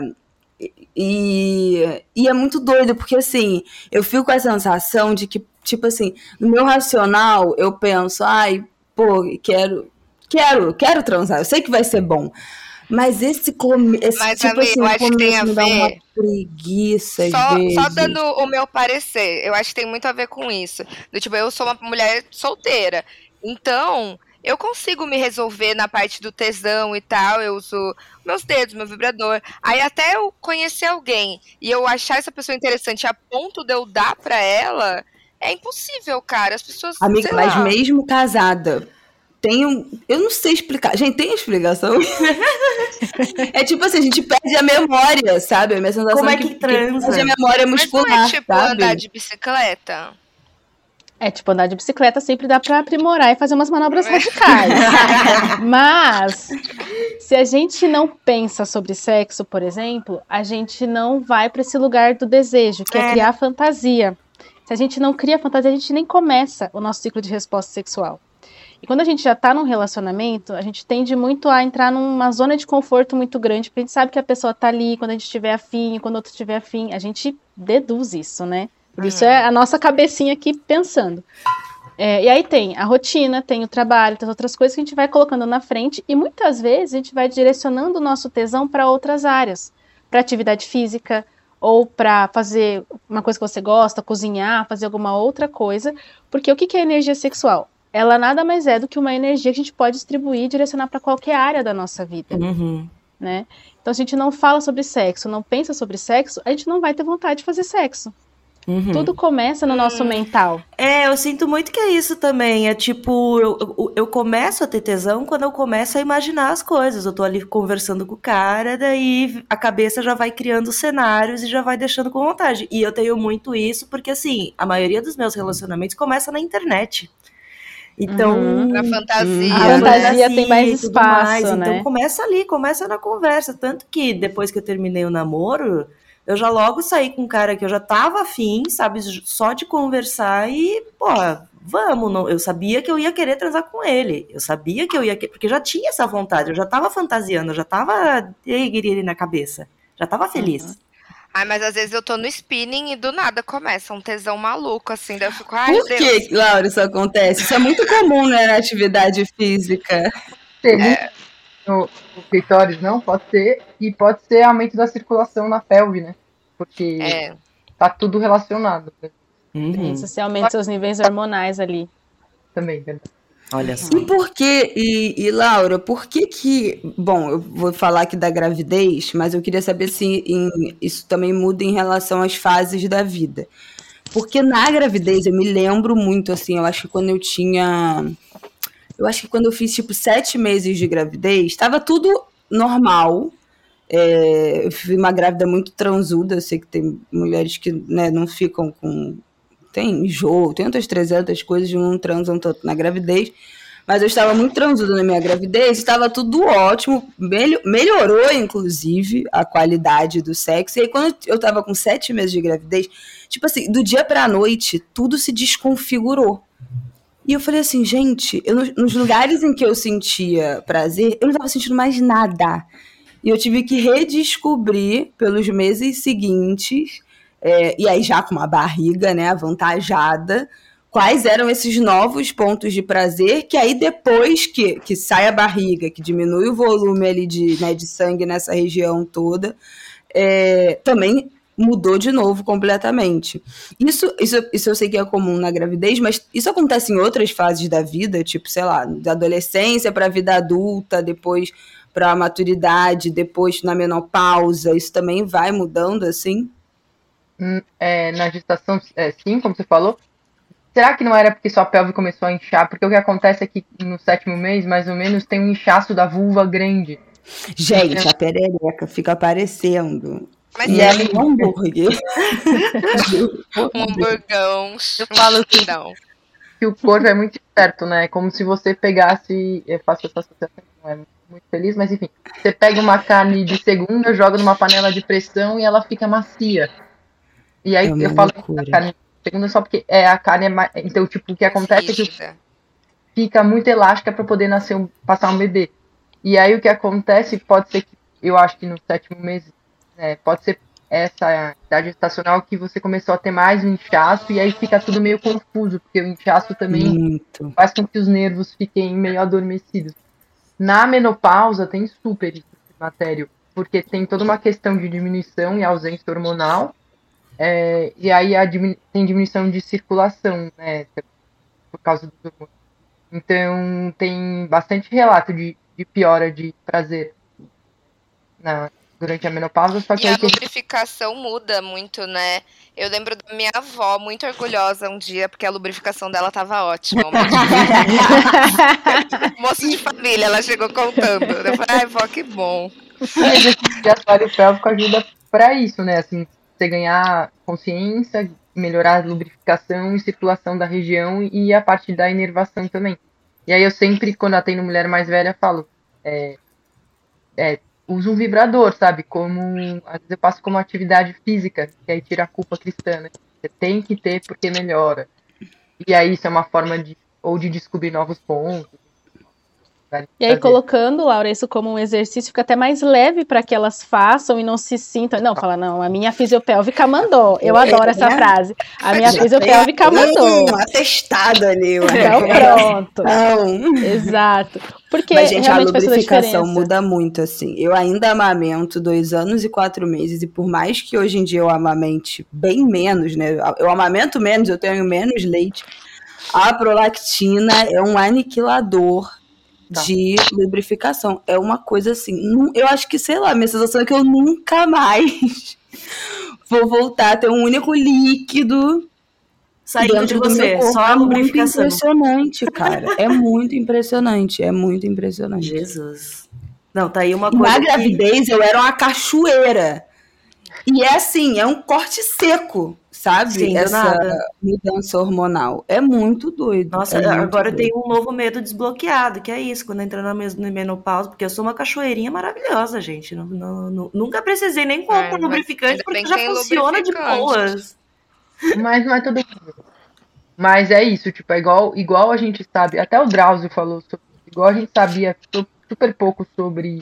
S3: e, e é muito doido, porque assim, eu fico com a sensação de que, tipo assim, no meu racional, eu penso, ai, pô, quero, quero, quero transar, eu sei que vai ser bom. Mas esse, come, esse
S1: Mas,
S3: tipo
S1: amigo,
S3: assim,
S1: eu
S3: o
S1: acho que tem
S3: começo
S1: a
S3: me dá uma
S1: ver-
S3: preguiça às
S1: Só,
S3: vezes.
S1: só dando o meu parecer, eu acho que tem muito a ver com isso. Do tipo, eu sou uma mulher solteira, então eu consigo me resolver na parte do tesão e tal, eu uso meus dedos, meu vibrador. Aí até eu conhecer alguém e eu achar essa pessoa interessante a ponto de eu dar pra ela, é impossível, cara. As pessoas,
S3: Amiga,
S1: sei
S3: mas
S1: lá.
S3: mesmo casada, tem um... Eu não sei explicar. Gente, tem explicação? É tipo assim, a gente perde a memória, sabe? A minha sensação
S2: Como é
S3: é
S2: que
S3: que, que
S2: transa?
S3: perde a memória
S1: Mas não
S3: muscular,
S1: é tipo
S3: sabe?
S1: andar de bicicleta?
S5: É, tipo, andar de bicicleta sempre dá pra aprimorar e fazer umas manobras radicais. Mas, se a gente não pensa sobre sexo, por exemplo, a gente não vai pra esse lugar do desejo, que é,
S2: É.
S5: criar fantasia. Se a gente não cria fantasia, a gente nem começa o nosso ciclo de resposta sexual. E quando a gente já tá num relacionamento, a gente tende muito a entrar numa zona de conforto muito grande, porque a gente sabe que a pessoa tá ali quando a gente estiver afim, quando o outro estiver afim. A gente deduz isso, né? Por isso é a nossa cabecinha aqui pensando. É, e aí tem a rotina, tem o trabalho, tem as outras coisas que a gente vai colocando na frente e muitas vezes a gente vai direcionando o nosso tesão para outras áreas, para atividade física ou para fazer uma coisa que você gosta, cozinhar, fazer alguma outra coisa, porque o que que é energia sexual? Ela nada mais é do que uma energia que a gente pode distribuir e direcionar para qualquer área da nossa vida,
S2: Uhum.
S5: né? Então se a gente não fala sobre sexo, não pensa sobre sexo, a gente não vai ter vontade de fazer sexo.
S2: Uhum.
S5: Tudo começa no nosso mental.
S2: É, eu sinto muito que é isso também. É tipo, eu, eu, eu começo a ter tesão quando eu começo a imaginar as coisas. Eu tô ali conversando com o cara, daí a cabeça já vai criando cenários e já vai deixando com vontade. E eu tenho muito isso porque, assim, a maioria dos meus relacionamentos começa na internet. Então,
S5: Uhum.
S1: Pra fantasia.
S5: A
S2: a
S5: fantasia tem mais
S2: e tudo
S5: espaço,
S2: mais.
S5: né?
S2: Então começa ali, começa na conversa. Tanto que depois que eu terminei o namoro, eu já logo saí com um cara que eu já tava afim, sabe? Só de conversar e, pô, vamos. Não, eu sabia que eu ia querer transar com ele. Eu sabia que eu ia querer, porque eu já tinha essa vontade, eu já tava fantasiando, eu já tava ele na cabeça. Já tava feliz.
S5: Uhum.
S1: Ai, mas às vezes eu tô no spinning e do nada começa um tesão maluco, assim, daí eu fico, ai,
S3: Por
S1: Deus.
S3: que, Laura, isso acontece? Isso é muito comum, né, na atividade física.
S4: Ter muito no, no clitóris, não? Pode ser. E pode ser aumento da circulação na pelve, né? Porque
S1: É.
S4: tá tudo relacionado, né?
S2: Uhum.
S5: Isso, você aumenta seus níveis hormonais ali.
S4: Também, verdade.
S2: Olha só.
S3: E por que, e, e Laura, por que que, bom, eu vou falar aqui da gravidez, mas eu queria saber se em- isso também muda em relação às fases da vida. Porque na gravidez, eu me lembro muito, assim, eu acho que quando eu tinha, eu acho que quando eu fiz, tipo, sete meses de gravidez, estava tudo normal. É, eu fui uma grávida muito transuda, eu sei que tem mulheres que, né, não ficam com... Tem enjoo, tem outras trezentas coisas que não transam tanto na gravidez. Mas eu estava muito transuda na minha gravidez, estava tudo ótimo, melho- melhorou, inclusive, a qualidade do sexo. E aí, quando eu estava com sete meses de gravidez, tipo assim, do dia pra noite, tudo se desconfigurou. E eu falei assim, gente, eu, nos- nos lugares em que eu sentia prazer, eu não estava sentindo mais nada. E eu tive que redescobrir pelos meses seguintes, é, e aí já com uma barriga, né, avantajada, quais eram esses novos pontos de prazer, que aí depois que, que sai a barriga, que diminui o volume ali de, né, de sangue nessa região toda, é, também mudou de novo completamente. Isso, isso, isso eu sei que é comum na gravidez, mas isso acontece em outras fases da vida, tipo, sei lá, da adolescência para a vida adulta, depois para a maturidade, depois na menopausa, isso também vai mudando, assim?
S4: Hum, é, na gestação, é, sim, como você falou. Será que não era porque sua pelve começou a inchar? Porque o que acontece é que no sétimo mês, mais ou menos, tem um inchaço da vulva grande.
S3: Gente, a perereca fica aparecendo.
S1: Mas
S3: E
S1: é
S3: ela é um hambúrguer.
S1: um hamburgão.
S4: Eu falo que,
S1: Não.
S4: que o corpo é muito esperto, né? Como se você pegasse. Eu faço essa associação, não é muito feliz, mas enfim. Você pega uma carne de segunda, joga numa panela de pressão e ela fica macia. E aí
S3: É uma
S4: eu falo
S3: loucura.
S4: da carne de segunda só porque é, a carne é mais. Então, tipo, o que acontece é que
S1: Rígida.
S4: fica muito elástica para poder nascer um, passar um bebê. E aí o que acontece pode ser que, eu acho que no sétimo mês, né, pode ser essa idade gestacional que você começou a ter mais um inchaço e aí fica tudo meio confuso, porque o inchaço também
S3: Muito.
S4: faz com que os nervos fiquem meio adormecidos. Na menopausa tem super isso de matéria, porque tem toda uma questão de diminuição e ausência hormonal, é, e aí a diminu- tem diminuição de circulação, né, por causa dos hormônios Então tem bastante relato de, de piora de prazer na, durante a menopausa, só que
S1: E
S4: aí
S1: a
S4: tem...
S1: lubrificação muda muito, né? Eu lembro da minha avó, muito orgulhosa um dia, porque a lubrificação dela tava ótima. O médico moço de família, ela chegou contando. Eu falei, ai, vó, que bom.
S4: O exercício de assoalho pélvico ajuda pra isso, né? Assim, você ganhar consciência, melhorar a lubrificação e circulação da região e a parte da inervação também. E aí eu sempre, quando atendo mulher mais velha, falo, é, é, usa um vibrador, sabe? Como, às vezes eu passo como atividade física, que aí tira a culpa cristã, né? Você tem que ter porque melhora. E aí isso é uma forma de, ou de descobrir novos pontos.
S5: E aí, colocando, Laura, isso como um exercício, fica até mais leve para que elas façam e não se sintam. Não, fala, não, a minha fisiopélvica mandou. Eu adoro essa frase. A minha fisiopélvica mandou.
S6: Um atestado ali.
S5: Então, pronto. Não. Exato. Porque
S6: Mas, gente, a
S5: realmente faz toda a
S6: lubrificação
S5: diferença.
S6: muda muito, assim. Eu ainda amamento dois anos e quatro meses, e por mais que hoje em dia eu amamente bem menos, né? Eu amamento menos, eu tenho menos leite. A prolactina é um aniquilador de lubrificação. É uma coisa assim, eu acho que, sei lá, minha sensação é que eu nunca mais vou voltar a ter um único líquido
S2: saindo de você, só a lubrificação.
S6: É muito impressionante, cara. É muito impressionante, é muito impressionante.
S2: Jesus. Não, tá aí uma coisa.
S6: Na
S2: que...
S6: gravidez eu era uma cachoeira. E é assim, é um corte seco, sabe?
S2: Sim,
S6: essa
S2: nada.
S6: mudança hormonal. É muito doido.
S2: Nossa,
S6: é muito
S2: agora
S6: doido.
S2: eu tenho um novo medo desbloqueado, que é isso, quando entrar na menopausa, porque eu sou uma cachoeirinha maravilhosa, gente. Não, não, não, nunca precisei nem comprar um lubrificante, porque já funciona de boas.
S4: Mas não é todo mundo. Mas é isso, tipo, é igual, igual a gente sabe, até o Drauzio falou sobre, igual a gente sabia super pouco sobre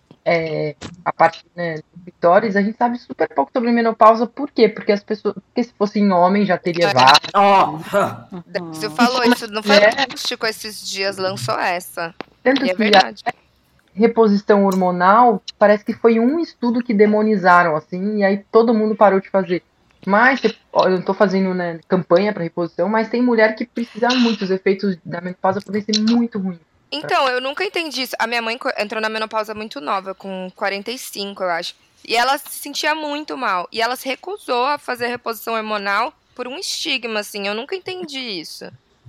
S4: é, a parte, né, do clitóris, a gente sabe super pouco sobre menopausa. Por quê? Porque as pessoas, porque se fossem homem já teria vários.
S2: Oh.
S1: Você falou isso, não foi
S4: É.
S1: acústico esses dias, lançou essa.
S4: Tanto
S1: E é
S4: que
S1: verdade.
S4: a reposição hormonal, parece que foi um estudo que demonizaram, assim, e aí todo mundo parou de fazer. Mas, ó, eu não tô fazendo, né, campanha para reposição, mas tem mulher que precisa muito, os efeitos da menopausa podem ser muito ruins.
S1: Então, eu nunca entendi isso. A minha mãe entrou na menopausa muito nova, com quarenta e cinco, eu acho. E ela se sentia muito mal. E ela se recusou a fazer reposição hormonal por um estigma, assim. Eu nunca entendi isso.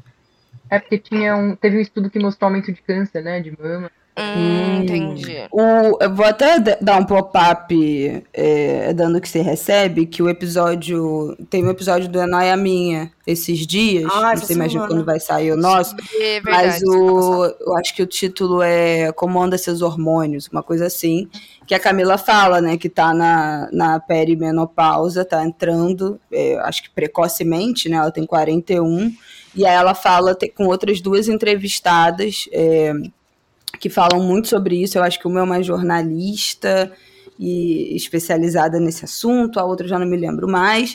S4: É porque tinha um, teve um estudo que mostrou aumento de câncer, né, de mama.
S1: Hum, entendi.
S6: O, eu vou até dar um pop-up é, dando que você recebe, que o episódio... Tem um episódio do Noia Minha esses dias.
S2: Ah,
S6: não sei imagina quando vai sair o nosso.
S1: É verdade,
S6: Mas o, eu acho que o título é Como Anda Seus Hormônios, uma coisa assim. Que a Camila fala, né? Que tá na, na perimenopausa, tá entrando, é, acho que precocemente, né? Ela tem quarenta e um. E aí ela fala tem, com outras duas entrevistadas... É, que falam muito sobre isso. Eu acho que uma é uma jornalista e especializada nesse assunto, a outra eu já não me lembro mais,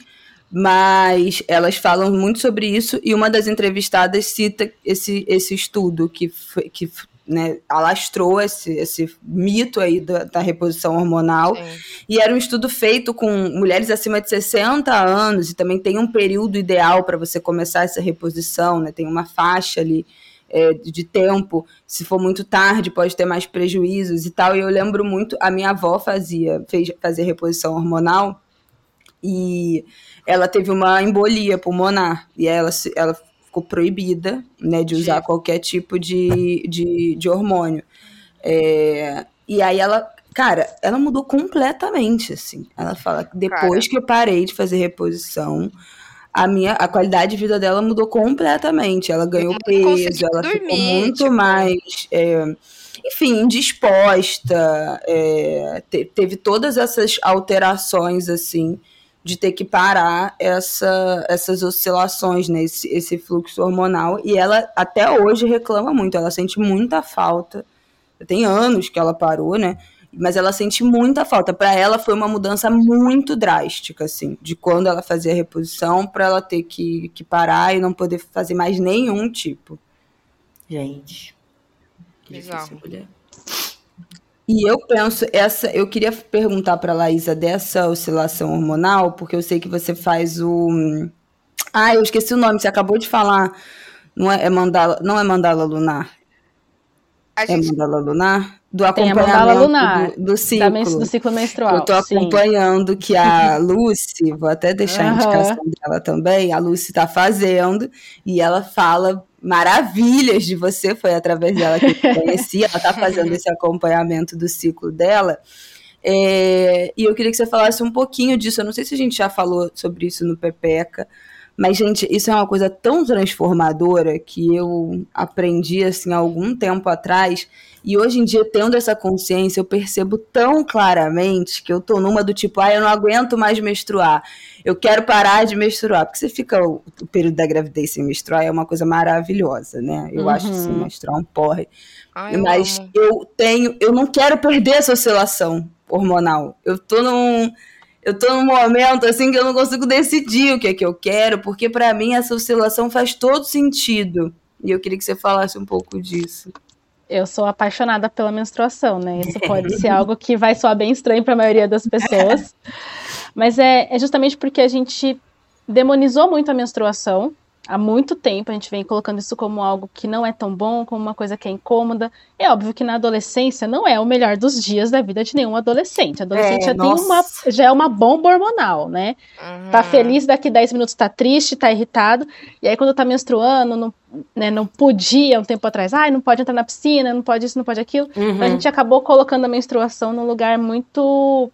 S6: mas elas falam muito sobre isso, e uma das entrevistadas cita esse, esse estudo que, foi, que né, alastrou esse, esse mito aí da, da reposição hormonal. Sim. E era um estudo feito com mulheres acima de sessenta anos, e também tem um período ideal para você começar essa reposição, né? Tem uma faixa ali É, de tempo, se for muito tarde pode ter mais prejuízos e tal, e eu lembro muito, a minha avó fazia, fez, fazia reposição hormonal, e ela teve uma embolia pulmonar, e ela, ela ficou proibida, né, de usar Sim. qualquer tipo de, de, de hormônio, é, e aí ela, cara, ela mudou completamente, assim, ela fala que depois cara. que eu parei de fazer reposição, A, minha, a qualidade de vida dela mudou completamente. Ela ganhou não peso, ela dormir, ficou muito tipo... mais, é, enfim, disposta. É, te, teve todas essas alterações, assim, de ter que parar essa, essas oscilações, né, esse, esse fluxo hormonal. E ela, até hoje, reclama muito. Ela sente muita falta. Tem anos que ela parou, né? Mas ela sente muita falta. Para ela foi uma mudança muito drástica, assim, de quando ela fazia a reposição para ela ter que, que parar e não poder fazer mais nenhum tipo.
S2: Gente,
S1: que difícil, mulher.
S6: E eu penso, essa, eu queria perguntar para a Laísa dessa oscilação hormonal, porque eu sei que você faz o... Ah, eu esqueci o nome, você acabou de falar Não é, é mandala, não é mandala lunar?
S1: A
S6: É
S1: gente...
S6: mandala lunar? Do
S5: Tem a mandala
S6: acompanhamento
S5: lunar,
S6: do, do ciclo.
S5: do ciclo menstrual.
S6: Eu tô
S5: sim.
S6: acompanhando que a Lucy, vou até deixar a indicação
S5: Uhum.
S6: dela também, a Lucy tá fazendo, e ela fala maravilhas de você, foi através dela que eu conheci, ela tá fazendo esse acompanhamento do ciclo dela. É, e eu queria que você falasse um pouquinho disso. Eu não sei se a gente já falou sobre isso no Pepeca, mas, gente, isso é uma coisa tão transformadora que eu aprendi, assim, há algum tempo atrás, e hoje em dia, tendo essa consciência, eu percebo tão claramente que eu tô numa do tipo, ah, eu não aguento mais menstruar, eu quero parar de menstruar, porque você fica, o, o período da gravidez sem menstruar é uma coisa maravilhosa, né? Eu
S5: Uhum.
S6: acho que sem menstruar um porre.
S1: Ai, eu
S6: Mas
S1: amo.
S6: eu tenho, eu não quero perder essa oscilação hormonal. Eu tô num... Eu tô num momento, assim, que eu não consigo decidir o que é que eu quero, porque pra mim essa oscilação faz todo sentido. E eu queria que você falasse um pouco disso.
S5: Eu sou apaixonada pela menstruação, né? Isso pode ser algo que vai soar bem estranho para a maioria das pessoas. Mas é, é justamente porque a gente demonizou muito a menstruação. Há muito tempo a gente vem colocando isso como algo que não é tão bom, como uma coisa que é incômoda. É óbvio que na adolescência não é o melhor dos dias da vida de nenhum adolescente. A adolescente
S6: É,
S5: já, tem
S6: nossa.
S5: uma, já é uma bomba hormonal, né?
S1: Uhum.
S5: Tá feliz, daqui dez minutos tá triste, tá irritado. E aí quando tá menstruando, não, né, não podia um tempo atrás, ai, não pode entrar na piscina, não pode isso, não pode aquilo.
S6: Uhum.
S5: Então a gente acabou colocando a menstruação num lugar muito...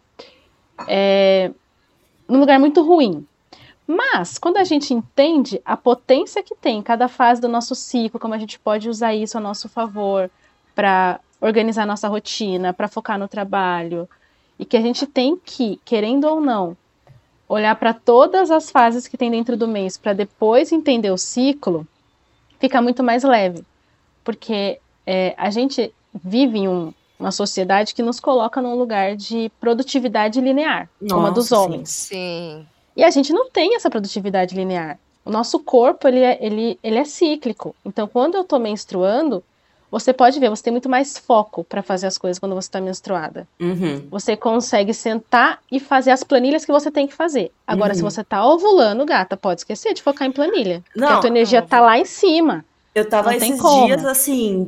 S5: É, num lugar muito ruim. Mas, quando a gente entende a potência que tem cada fase do nosso ciclo, como a gente pode usar isso a nosso favor para organizar nossa rotina, para focar no trabalho, e que a gente tem que, querendo ou não, olhar para todas as fases que tem dentro do mês para depois entender o ciclo, fica muito mais leve. Porque é, a gente vive em um, uma sociedade que nos coloca num lugar de produtividade linear,
S2: Nossa,
S5: como a dos
S2: sim.
S5: homens.
S1: Sim.
S5: E a gente não tem essa produtividade linear. O nosso corpo, ele é, ele, ele é cíclico. Então, quando eu tô menstruando, você pode ver, você tem muito mais foco para fazer as coisas quando você está menstruada.
S2: Uhum.
S5: Você consegue sentar e fazer as planilhas que você tem que fazer. Agora,
S2: Uhum.
S5: se você tá ovulando, gata, pode esquecer de focar em planilha.
S2: Não,
S5: porque a tua energia
S1: não.
S5: tá lá em cima.
S2: Eu tava
S5: Não tem
S2: esses
S5: como.
S2: dias assim,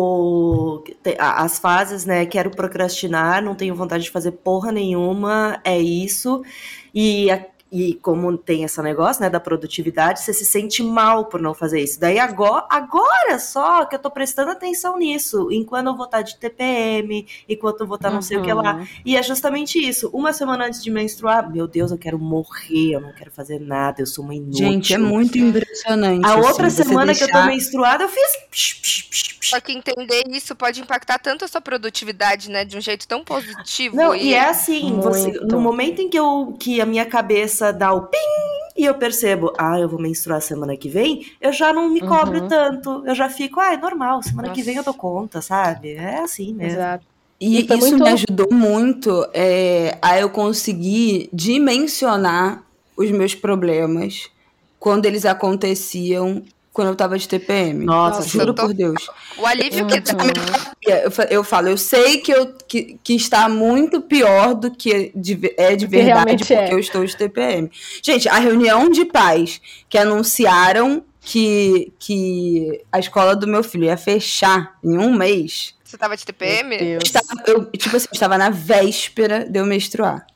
S2: tipo, te- a- as fases, né? Quero procrastinar, não tenho vontade de fazer porra nenhuma, é isso. E, a- e como tem esse negócio, né, da produtividade, você se sente mal por não fazer isso. Daí agora, agora só que eu tô prestando atenção nisso, enquanto eu vou estar de T P M, enquanto eu vou estar não sei o que lá.
S5: Uhum.
S2: E é justamente isso. Uma semana antes de menstruar, meu Deus, eu quero morrer, eu não quero fazer nada, eu sou uma inútil.
S6: Gente, é muito impressionante.
S2: A outra
S6: assim, você
S2: semana que eu tô
S6: deixar-
S2: menstruada, eu fiz. psh, psh, psh, psh.
S1: Só que entender isso pode impactar tanto a sua produtividade, né? De um jeito tão positivo.
S2: Não, e é assim, você,
S5: Muito.
S2: no momento em que, eu, que a minha cabeça dá o pim e eu percebo, ah, eu vou menstruar semana que vem, eu já não me cobro
S5: Uhum.
S2: tanto. Eu já fico, ah, é normal, semana que
S1: Nossa.
S2: vem eu dou conta, sabe? É assim mesmo.
S5: Exato.
S6: E
S5: E foi
S6: isso
S5: muito-
S6: me ajudou muito é, a eu conseguir dimensionar os meus problemas quando eles aconteciam quando eu tava de T P M.
S2: Nossa,
S1: Nossa,
S6: Juro
S1: eu tô-
S6: por Deus.
S1: O alívio que dá.
S5: Uhum.
S6: Eu, fa- eu falo, eu sei que, eu, que, que está muito pior do que de ve- é de
S5: Do que
S6: verdade,
S5: realmente
S6: porque
S5: é.
S6: eu estou de T P M. Gente, a reunião de pais que anunciaram que, que a escola do meu filho ia fechar em um mês.
S1: Você tava de T P M?
S5: Meu Deus.
S6: Estava, eu, tipo assim, eu estava na véspera de eu menstruar.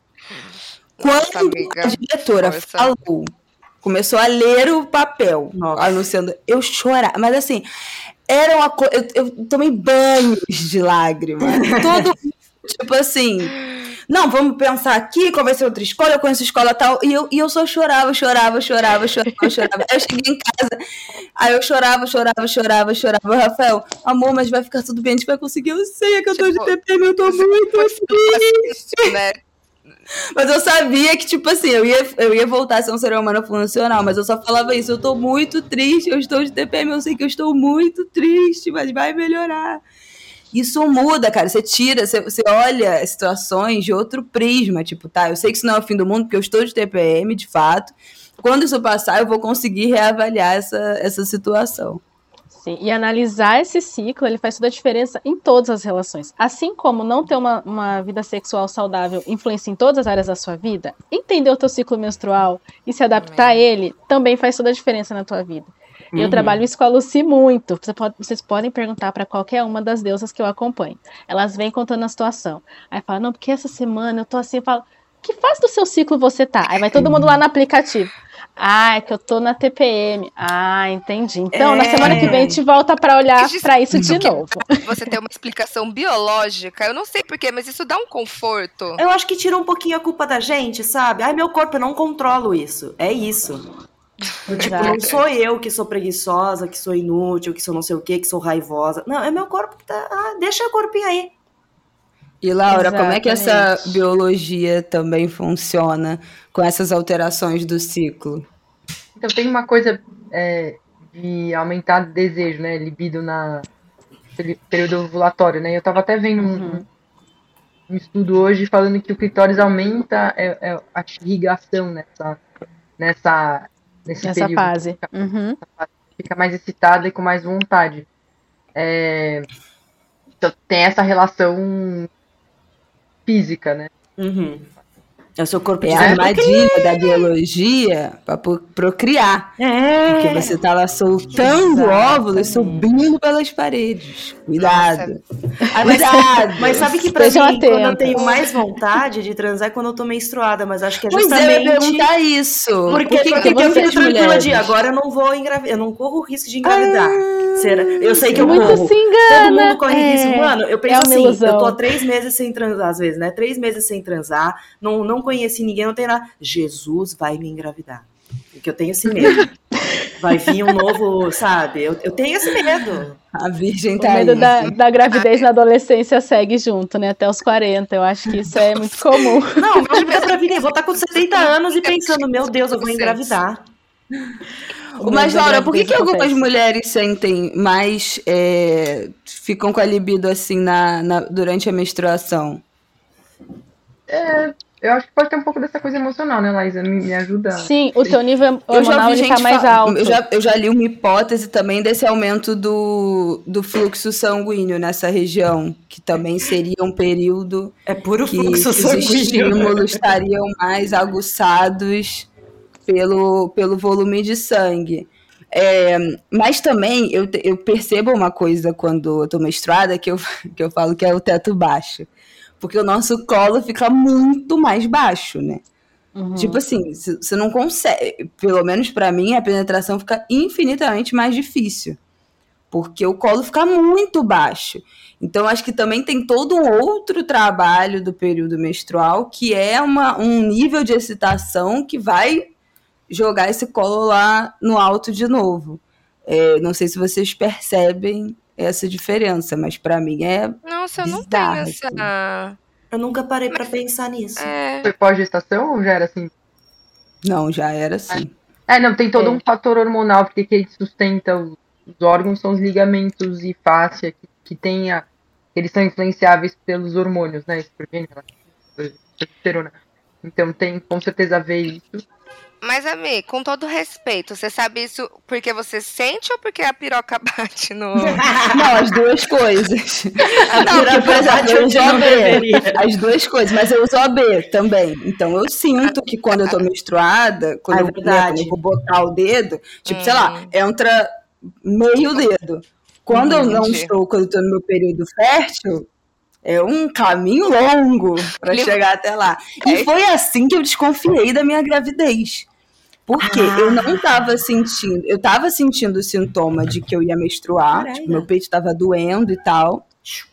S1: Nossa,
S6: Quando
S1: amiga.
S6: a diretora
S1: força.
S6: falou, começou a ler o papel,
S2: Nossa.
S6: anunciando, eu chorava. Mas assim, era uma coisa. Eu, eu tomei banhos de lágrimas. Todo tipo assim. Não, vamos pensar aqui, qual vai ser outra escola, eu conheço escola tal. E eu, e eu só chorava, chorava, chorava, chorava, chorava. Aí eu cheguei em casa, aí eu chorava, chorava, chorava, chorava. O Rafael, amor, mas vai ficar tudo bem, a gente vai conseguir. Eu sei é que eu tô
S1: Tipo,
S6: de T P M, eu tô muito triste.
S1: Né?
S6: Mas eu sabia que, tipo assim, eu ia, eu ia voltar a ser um ser humano funcional, mas eu só falava isso, eu tô muito triste, eu estou de T P M, eu sei que eu estou muito triste, mas vai melhorar. Isso muda, cara, você tira, você, você olha situações de outro prisma, tipo, tá, eu sei que isso não é o fim do mundo, porque eu estou de T P M, de fato, quando isso passar eu vou conseguir reavaliar essa, essa situação.
S5: Sim, e analisar esse ciclo, ele faz toda a diferença em todas as relações. Assim como não ter uma, uma vida sexual saudável influencia em todas as áreas da sua vida, entender o teu ciclo menstrual e se adaptar a ele também faz toda a diferença na tua vida. E eu
S6: Uhum.
S5: trabalho isso com a Lucy muito. Você pode- vocês podem perguntar para qualquer uma das deusas que eu acompanho. Elas vêm contando a situação. Aí fala, não, porque essa semana eu tô assim, eu falo, que fase do seu ciclo você tá? Aí vai todo mundo lá no aplicativo. Ah, é que eu tô na T P M. Ah, entendi. Então, na
S2: É.
S5: semana que vem a gente volta pra olhar
S1: Isso
S5: pra isso de
S1: que-
S5: novo.
S1: Você tem uma explicação biológica, eu não sei porquê, mas isso dá um conforto.
S2: Eu acho que tira um pouquinho a culpa da gente, sabe? Ai, meu corpo, eu não controlo isso. É isso. Tipo, não
S5: Exato.
S2: sou eu que sou preguiçosa, que sou inútil, que sou não sei o quê, que sou raivosa. Não, é meu corpo que tá. Ah, deixa o corpinho aí.
S6: E Laura, como é que essa
S5: Exatamente.
S6: biologia também funciona com essas alterações do ciclo?
S4: Então tem uma coisa é, de aumentar o desejo, né? Libido na peri- período ovulatório, né? Eu tava até vendo um,
S5: Uhum.
S4: um estudo hoje falando que o clitóris aumenta é, é, a irrigação nessa, nessa, nesse
S5: Nessa
S4: período.
S5: fase. Uhum.
S4: Fica mais excitada e com mais vontade. É, então tem essa relação física, né?
S2: Uhum. É o seu corpo
S6: É
S2: de
S6: a armadilha da biologia para procriar.
S2: É.
S6: Porque você tá lá soltando
S2: Exatamente.
S6: óvulos, subindo pelas paredes. Cuidado.
S2: Ah, mas,
S6: Cuidado.
S2: mas sabe que pra mim,
S5: Estejam
S2: quando eu
S5: atentas.
S2: tenho mais vontade de transar é quando eu tô menstruada, mas acho que é
S6: Pois é, eu
S2: justamente...
S6: ia perguntar isso.
S2: Porque,
S6: Por que
S2: porque,
S6: que
S2: porque eu
S6: vocês,
S2: fico tranquila
S6: mulheres?
S2: de agora eu não vou engravidar, eu não corro o risco de engravidar. Será? Eu sei que eu
S5: Muito
S2: corro.
S5: se engana.
S2: Todo mundo corre
S5: É,
S2: risco. Mano, eu penso
S5: é uma
S2: assim,
S5: ilusão.
S2: eu tô há três meses sem transar, às vezes, né? Três meses sem transar, não, não conheci ninguém, não tem nada. Jesus vai me engravidar. Porque eu tenho esse medo. Vai vir um novo, sabe? Eu, eu tenho esse medo.
S6: A virgem
S5: O
S6: tá
S5: medo
S6: aí.
S5: da, da gravidez na adolescência segue junto, né? Até os quarenta. Eu acho que isso é muito comum.
S2: Não, meu medo pra vir, eu vou estar com setenta anos e pensando, meu Deus, eu vou engravidar.
S5: O medo
S6: Mas,
S5: da
S6: Laura, por que,
S5: gravidez
S6: que algumas
S5: acontece.
S6: mulheres sentem mais. é, ficam com a libido assim na, na- durante a menstruação?
S4: Eu acho que pode ter um pouco dessa coisa emocional, né, Laísa? Me, me ajuda.
S5: Sim, o teu nível
S6: Eu já
S5: hormonal
S6: vi
S5: ele tá
S6: gente
S5: mais
S6: fa-
S5: alto.
S6: Eu já, eu já li uma hipótese também desse aumento do, do fluxo sanguíneo nessa região, que também seria um período
S2: É puro
S6: que,
S2: fluxo
S6: que os
S2: sanguíneo.
S6: estímulos estariam mais aguçados pelo, pelo volume de sangue. É, mas também eu, te- eu percebo uma coisa quando eu tô menstruada que eu, que eu falo que é o teto baixo. Porque o nosso colo fica muito mais baixo, né?
S5: Uhum.
S6: Tipo assim, c- você não consegue. Pelo menos pra mim, a penetração fica infinitamente mais difícil. Porque o colo fica muito baixo. Então, acho que também tem todo um outro trabalho do período menstrual, que é uma, um nível de excitação que vai jogar esse colo lá no alto de novo. É, não sei se vocês percebem essa diferença, mas pra mim é.
S1: Nossa, eu não
S6: Bizarro,
S1: tenho essa.
S2: Eu nunca parei pra pensar nisso.
S1: É,
S4: Foi pós-gestação ou já era assim?
S6: Não, já era assim.
S4: É, não, tem todo
S5: É.
S4: um fator hormonal, porque quem sustenta os, os órgãos são os ligamentos e fáscia, que, que tem a, eles são influenciáveis pelos hormônios, né? Estrogênio, testosterona. Então tem com certeza a ver isso.
S1: mas, Ami, com todo respeito, você sabe isso porque você sente ou porque a piroca bate no.
S6: Não, as duas coisas.
S2: Não,
S6: Porque, por exemplo, eu uso
S2: não
S6: O B.
S2: deveria.
S6: As duas coisas, mas eu uso O B também. Então eu sinto que quando eu tô menstruada, quando,
S2: É
S6: eu, né,
S2: verdade.
S6: quando eu vou botar o dedo, tipo, sei lá,
S1: Hum.
S6: entra meio dedo. Quando eu não
S1: Entendi.
S6: estou, quando eu tô no meu período fértil, é um caminho longo para
S1: Ele-
S6: chegar até lá. E
S1: É.
S6: foi assim que eu desconfiei da minha gravidez. Porque
S2: Ah.
S6: eu não tava sentindo, eu tava sentindo o sintoma de que eu ia menstruar,
S2: Caralho.
S6: tipo, meu peito tava doendo e tal.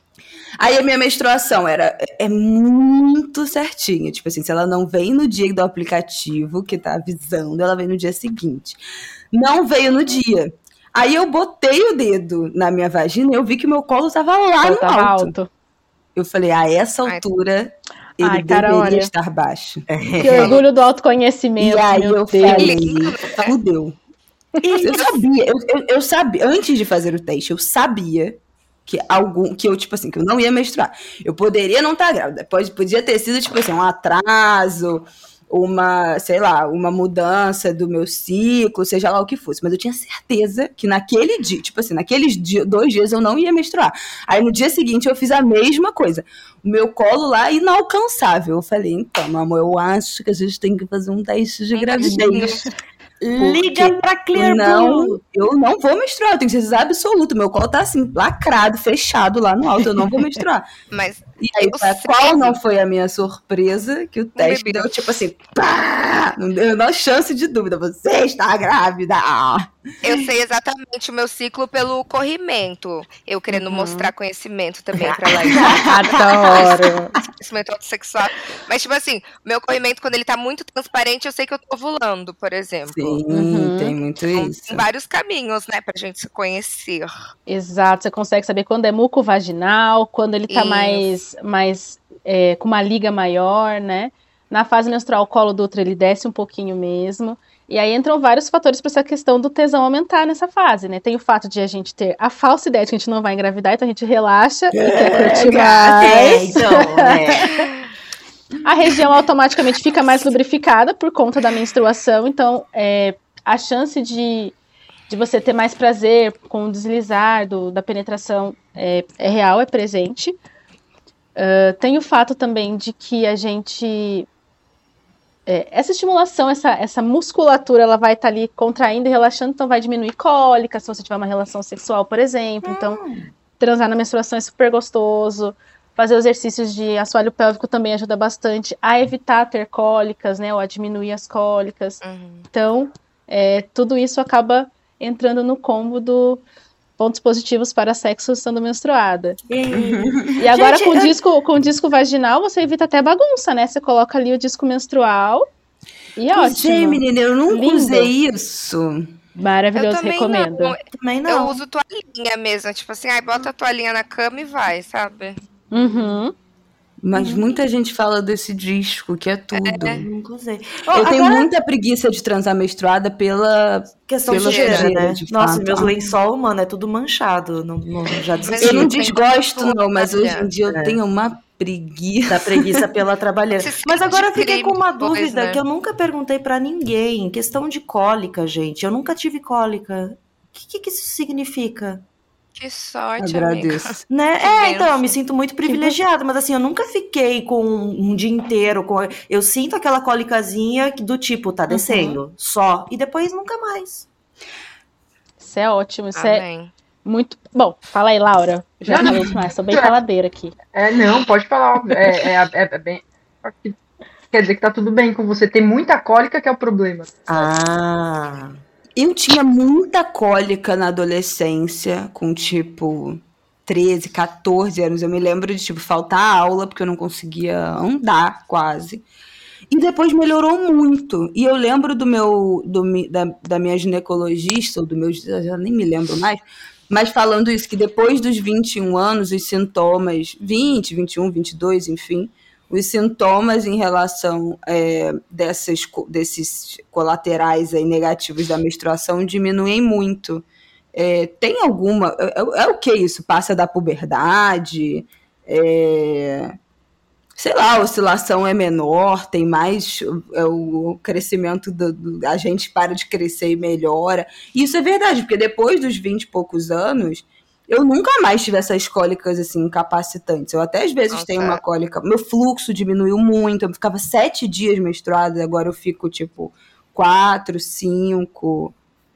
S6: Aí a minha menstruação era é muito certinha, tipo assim, se ela não vem no dia do aplicativo que tá avisando, ela vem no dia seguinte. Não veio no dia. Aí eu botei o dedo na minha vagina e eu vi que meu colo tava lá
S5: Ela
S6: no
S5: tava
S6: alto.
S5: alto.
S6: Eu falei, a essa
S1: Ai.
S6: altura ele
S5: Ai, cara,
S6: deveria
S5: olha.
S6: estar baixo.
S5: Que orgulho do autoconhecimento,
S6: E aí
S5: meu
S6: eu
S5: Deus.
S6: falei, fudeu. Eu sabia, eu, eu, eu sabia, antes de fazer o teste, eu sabia que algum, que eu, tipo assim, que eu não ia menstruar. Eu poderia não estar grávida, pode, podia ter sido, tipo assim, um atraso, uma, sei lá, uma mudança do meu ciclo, seja lá o que fosse. Mas eu tinha certeza que naquele dia, tipo assim, naqueles dia, dois dias eu não ia menstruar. Aí no dia seguinte eu fiz a mesma coisa. O meu colo lá inalcançável. Eu falei, então, meu amor, eu acho que a gente tem que fazer um teste de gravidez.
S2: Liga pra Clear
S6: não,
S2: Blue.
S6: Eu não vou menstruar, eu tenho certeza absoluta. Meu colo tá assim, lacrado, fechado lá no alto, eu não vou menstruar.
S1: Mas
S6: E aí,
S1: eu
S6: pra
S1: sei.
S6: qual não foi a minha surpresa? Que o teste
S1: bebeu.
S6: deu tipo assim, pá! Não deu não chance de dúvida, você está grávida!
S1: Eu sei exatamente o meu ciclo pelo corrimento. Eu querendo
S2: Uhum.
S1: mostrar conhecimento também pra Laís.
S5: Adoro.
S1: Conhecimento autossexual. Mas, tipo assim, meu corrimento, quando ele tá muito transparente, eu sei que eu tô ovulando, por exemplo.
S6: Sim,
S5: Uhum.
S6: tem muito
S1: Então,
S6: isso.
S1: tem vários caminhos, né, pra gente se conhecer.
S5: Exato, você consegue saber quando é muco vaginal, quando ele tá
S1: Isso.
S5: mais, mais é, com uma liga maior, né? Na fase menstrual, o colo do útero ele desce um pouquinho mesmo. E aí entram vários fatores para essa questão do tesão aumentar nessa fase, né? Tem o fato de a gente ter a falsa ideia de que a gente não vai engravidar, então a gente relaxa e quer curtir mais.
S2: É, então, né?
S5: A região automaticamente fica mais lubrificada por conta da menstruação, então é, a chance de, de você ter mais prazer com o deslizar do, da penetração é, é real, é presente. Uh, tem o fato também de que a gente... É, essa estimulação, essa, essa musculatura, ela vai estar tá ali contraindo e relaxando, então vai diminuir cólica, se você tiver uma relação sexual, por exemplo. Então, transar na menstruação é super gostoso. Fazer exercícios de assoalho pélvico também ajuda bastante a evitar ter cólicas, né, ou a diminuir as cólicas.
S1: Uhum.
S5: Então, é, tudo isso acaba entrando no combo do pontos positivos para sexo estando menstruada.
S2: E,
S5: e agora,
S2: gente,
S5: com,
S2: eu...
S5: disco, com disco vaginal, você evita até bagunça, né? Você coloca ali o disco menstrual e ótimo.
S6: Usei, menina, eu nunca
S5: Lindo.
S6: usei isso.
S5: Maravilhoso,
S1: Eu também
S5: recomendo.
S1: não.
S2: Também não.
S1: Eu uso toalhinha mesmo, tipo assim, ai, bota a toalhinha na cama e vai, sabe?
S5: Uhum.
S6: Mas muita gente fala desse disco, que é tudo.
S1: É.
S2: Nunca usei.
S6: Eu
S2: Ó,
S6: tenho
S2: agora,
S6: muita preguiça de transar menstruada pela
S2: questão de
S6: pela
S2: sujeira,
S6: sujeira,
S2: né?
S6: de
S2: Nossa,
S6: fato.
S2: meus lençol, mano, é tudo manchado. Não, não, já desisti.
S6: Eu não
S1: Tem
S6: desgosto,
S1: muita
S6: não, mas hoje em dia eu
S2: É.
S6: tenho uma preguiça.
S2: Da preguiça pela trabalheira.
S1: Se
S2: Mas
S1: sente
S2: agora eu fiquei
S1: crime
S2: com uma
S1: depois,
S2: dúvida
S1: né?
S2: que eu nunca perguntei pra ninguém. Questão de cólica, gente. Eu nunca tive cólica. O que, que, que isso significa?
S1: Que sorte, amiga.
S6: Agradeço.
S2: Né?
S1: Que
S2: É, então, eu me
S1: benção.
S2: sinto muito privilegiada, mas assim, eu nunca fiquei com um, um dia inteiro. Com... Eu sinto aquela cólicazinha do tipo, tá descendo, só. E depois nunca mais.
S5: Isso é ótimo, isso é
S1: Amém.
S5: muito... Bom, fala aí, Laura. Já
S4: Não, não.
S5: falei demais, sou bem faladeira aqui.
S4: É, não, pode falar, óbvio. É, é, é, é bem. Quer dizer que tá tudo bem com você. Tem muita cólica que é o problema.
S2: Ah.
S6: Eu tinha muita cólica na adolescência, com tipo treze, quatorze anos. Eu me lembro de tipo faltar aula porque eu não conseguia andar quase. E depois melhorou muito. E eu lembro do meu do, mi- da, da minha ginecologista, ou do meu, eu já nem me lembro mais, mas falando isso, que depois dos vinte e um anos, os sintomas, vinte, vinte e um, vinte e dois, enfim, os sintomas em relação é, dessas, co- desses colaterais aí negativos da menstruação diminuem muito. É, tem alguma... É, é- é o que isso? Passa da puberdade? É, sei lá, a oscilação é menor, tem mais... É, o crescimento do, do- a gente para de crescer e melhora. E isso é verdade, porque depois dos vinte e poucos anos... Eu nunca mais tive essas cólicas, assim, incapacitantes. Eu até, às vezes,
S1: Nossa.
S6: tenho uma cólica... Meu fluxo diminuiu muito. Eu ficava sete dias menstruada, agora eu fico, tipo, quatro, cinco.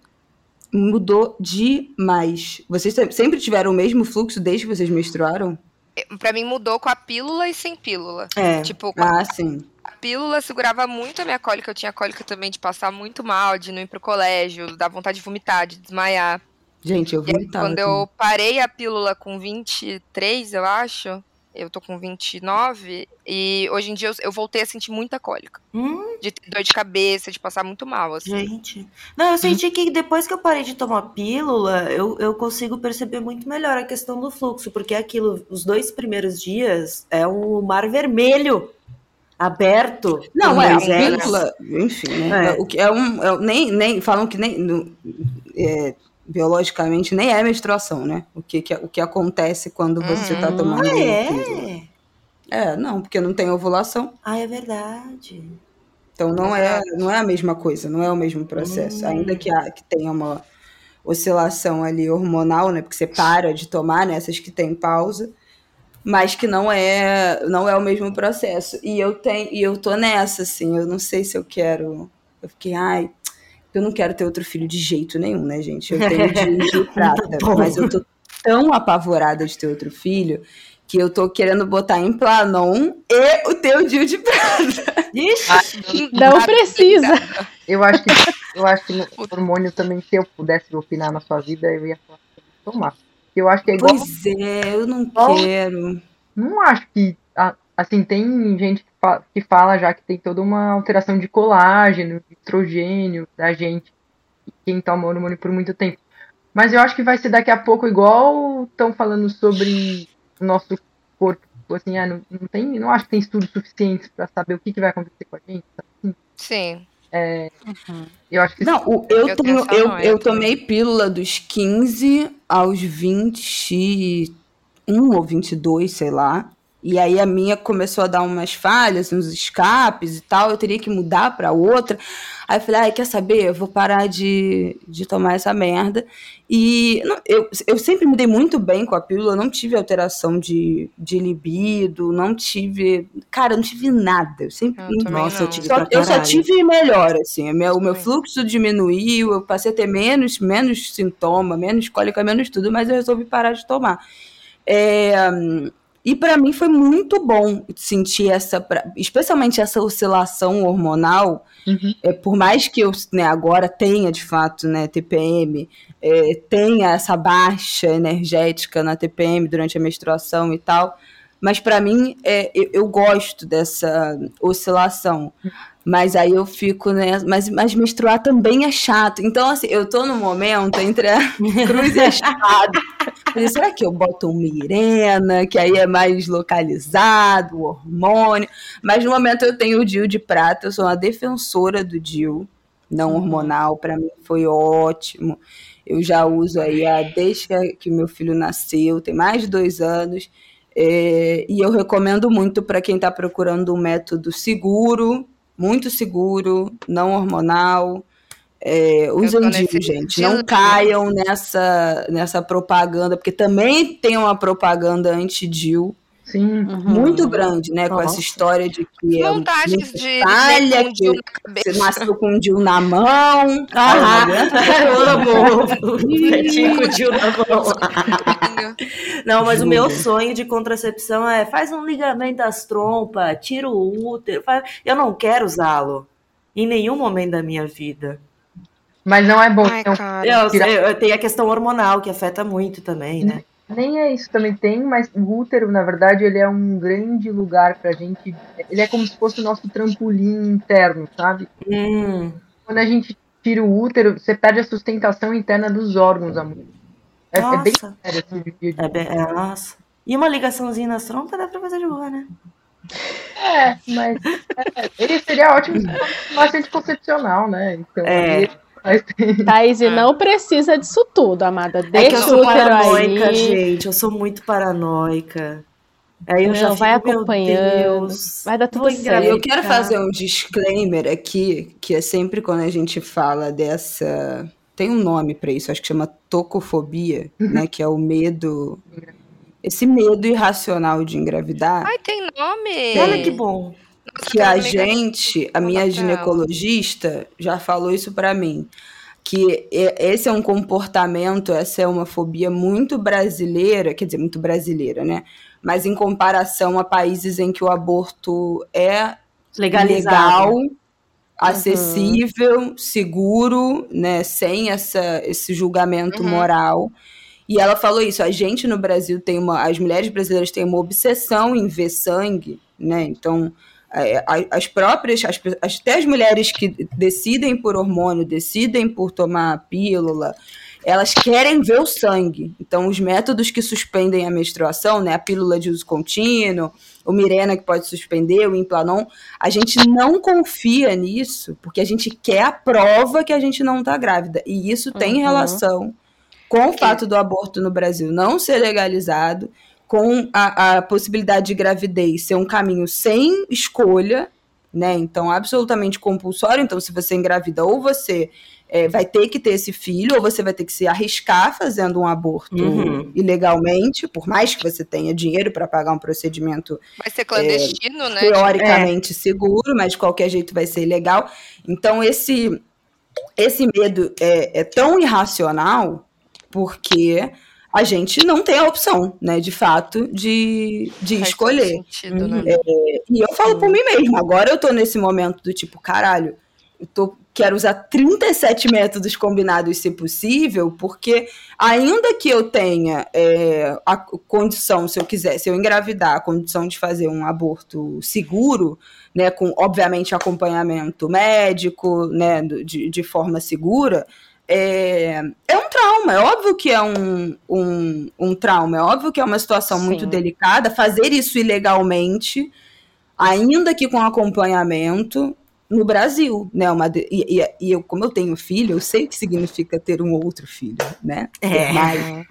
S6: Mudou demais. Vocês se- sempre tiveram o mesmo fluxo desde que vocês menstruaram?
S1: Pra mim mudou com a pílula e sem pílula.
S2: É.
S1: Tipo, com a
S6: Ah, sim.
S1: pílula segurava muito a minha cólica. Eu tinha cólica também de passar muito mal, de não ir pro colégio, dar vontade de vomitar, de desmaiar.
S6: Gente, eu
S1: E aí,
S6: vomitava.
S1: quando eu parei a pílula com vinte e três, eu acho, eu tô com vinte e nove, e hoje em dia eu, eu voltei a sentir muita cólica.
S2: Hum,
S1: De ter dor de cabeça, de passar muito mal, assim.
S2: gente. Não, eu senti que depois que eu parei de tomar pílula, eu, eu consigo perceber muito melhor a questão do fluxo, porque é aquilo, os dois primeiros dias é um mar vermelho aberto.
S6: Não,
S2: por
S6: é, a
S2: Moisés.
S6: pílula, enfim, né?
S2: É.
S6: O que é um, é- nem, nem, falam que nem, no- é, biologicamente, nem é menstruação, né? O que, que, o que acontece quando você tá
S1: Uhum.
S6: tomando
S2: Ah,
S6: pílula.
S2: é?
S6: É, não, porque não tem ovulação.
S2: Ah, é verdade.
S6: Então não é,
S1: Exato.
S6: não é a mesma coisa, não é o mesmo processo.
S2: Hum.
S6: Ainda que, há, que tenha uma oscilação ali hormonal, né? Porque você para de tomar nessas que tem pausa, mas que não é, não é o mesmo processo. E eu tenho, e eu tô nessa, assim, eu não sei se eu quero. Eu fiquei, ai, Eu não quero ter outro filho de jeito nenhum, né, gente? Eu tenho de, de prata, mas eu tô tão apavorada de ter outro filho que eu tô querendo botar em Planon e o teu D I U de prata.
S5: Ixi, não precisa.
S4: Eu acho que, eu acho que no hormônio também, se eu pudesse opinar na sua vida, eu ia falar pra tomar. Eu acho que é igual...
S6: Pois é, eu não
S4: igual,
S6: quero.
S4: Não acho que... Assim, tem gente que fala, que fala já que tem toda uma alteração de colágeno, de estrogênio da gente, quem toma hormônio por muito tempo. Mas eu acho que vai ser daqui a pouco igual estão falando sobre o nosso corpo. Assim, ah, não, não, tem, não acho que tem estudos suficientes para saber o que, que vai acontecer com a gente. Assim.
S1: Sim.
S4: É, uhum. Eu acho que
S6: não, o, eu,
S1: eu,
S6: tenho, eu, eu tomei pílula dos quinze aos vinte e um ou vinte e dois, sei lá. E aí a minha começou a dar umas falhas, uns escapes e tal, eu teria que mudar para outra. Aí eu falei, ah, quer saber? Eu vou parar de, de tomar essa merda. E não, eu, eu sempre me dei muito bem com a pílula, não tive alteração de, de libido, não tive... Cara, eu não tive nada. Eu sempre...
S1: Eu
S6: Nossa,
S1: não.
S6: eu, tive só, eu só tive melhor, assim. O meu, o meu fluxo diminuiu, eu passei a ter menos, menos sintoma, menos cólica, menos tudo, mas eu resolvi parar de tomar. É... E para mim foi muito bom sentir essa, especialmente essa oscilação hormonal, uhum. é, por mais que eu, né, agora tenha de fato, né, T P M, é, tenha essa baixa energética na T P M durante a menstruação e tal, mas para mim é, eu, eu gosto dessa oscilação. Mas aí eu fico, né? Mas, mas menstruar também é chato. Então, assim, eu tô no momento entre a cruz e a espada. Será que eu boto um Mirena, que aí é mais localizado, o hormônio? Mas no momento eu tenho o D I U de prata, eu sou uma defensora do D I U não hormonal. Para mim foi ótimo. Eu já uso aí a, desde que o meu filho nasceu, tem mais de dois anos. É, e eu recomendo muito para quem está procurando um método seguro, muito seguro, não hormonal. É, usem D I U, gente. Não caiam nessa, nessa propaganda, porque também tem uma propaganda anti-D I U.
S4: Sim.
S6: Uhum. Muito grande, né? Nossa. Com essa história de que
S1: montagens
S6: é
S1: de
S6: falha, que você nasceu com um D I U na mão.
S2: Ah, eu amo. Tinha com o D I U na mão. Não, mas Júlia. O meu sonho de contracepção é faz um ligamento das trompas, tira o útero. Faz... Eu não quero usá-lo em nenhum momento da minha vida.
S4: Mas não é bom.
S1: Ai,
S4: então,
S2: eu, tirar... eu, eu tenho a questão hormonal que afeta muito também, né?
S4: Nem é isso, também tem, mas o útero, na verdade, ele é um grande lugar pra gente. Ele é como se fosse o nosso trampolim interno, sabe?
S2: Hum.
S4: Quando a gente tira o útero, você perde a sustentação interna dos órgãos, amor. É, é bem sério esse vídeo.
S2: É bem, é, nossa. E uma ligaçãozinha nas trompas dá pra fazer de boa, né?
S4: É, mas é, ele seria ótimo se fosse anticoncepcional, né? Então,
S2: é.
S4: Ele...
S5: Thaís, e não precisa disso tudo, amada. Deixa
S2: é que eu sou paranoica,
S5: aí.
S2: gente. Eu sou muito paranoica. Aí eu não, já
S5: vai
S2: fico,
S5: acompanhando. Vai dar tudo certo.
S6: Eu quero fazer um disclaimer aqui, que é sempre quando a gente fala dessa... Tem um nome para isso, acho que chama tocofobia, né? Que é o medo... Esse medo irracional de engravidar.
S1: Ai, tem nome!
S2: Olha que bom.
S6: Que a gente, a minha ginecologista já falou isso para mim, que esse é um comportamento, essa é uma fobia muito brasileira, quer dizer, muito brasileira, né? Mas em comparação a países em que o aborto é
S2: legalizado,
S6: legal, acessível, uhum. seguro, né? Sem essa, esse julgamento uhum. moral. E ela falou isso, a gente no Brasil tem uma, as mulheres brasileiras têm uma obsessão em ver sangue, né? Então... as próprias, as, até as mulheres que decidem por hormônio, decidem por tomar pílula, elas querem ver o sangue. Então, os métodos que suspendem a menstruação, né, a pílula de uso contínuo, o Mirena que pode suspender, o Implanon, a gente não confia nisso, porque a gente quer a prova que a gente não está grávida. E isso tem uhum. relação com o fato do aborto no Brasil não ser legalizado, com a, a possibilidade de gravidez ser um caminho sem escolha, né? Então, absolutamente compulsório. Então, se você engravida, ou você é, vai ter que ter esse filho, ou você vai ter que se arriscar fazendo um aborto uhum. ilegalmente, por mais que você tenha dinheiro para pagar um procedimento...
S1: Vai ser clandestino,
S6: é,
S1: né?
S6: Teoricamente é. seguro, mas de qualquer jeito vai ser ilegal. Então, esse... esse medo é, é tão irracional porque a gente não tem a opção, né, de fato, de, de
S1: Faz
S6: escolher.
S1: sentido, né?
S6: É, e eu falo por mim mesma, agora eu tô nesse momento do tipo, caralho, eu tô, quero usar trinta e sete métodos combinados, se possível, porque ainda que eu tenha é, a condição, se eu quiser, se eu engravidar, a condição de fazer um aborto seguro, né, com, obviamente, acompanhamento médico, né, de, de forma segura, é, é um trauma, é óbvio que é um, um, um trauma, é óbvio que é uma situação
S5: Sim.
S6: muito delicada, fazer isso ilegalmente, ainda que com acompanhamento, no Brasil, né, uma de, e, e, e eu, como eu tenho filho, eu sei o que significa ter um outro filho, né,
S2: É.
S6: mais.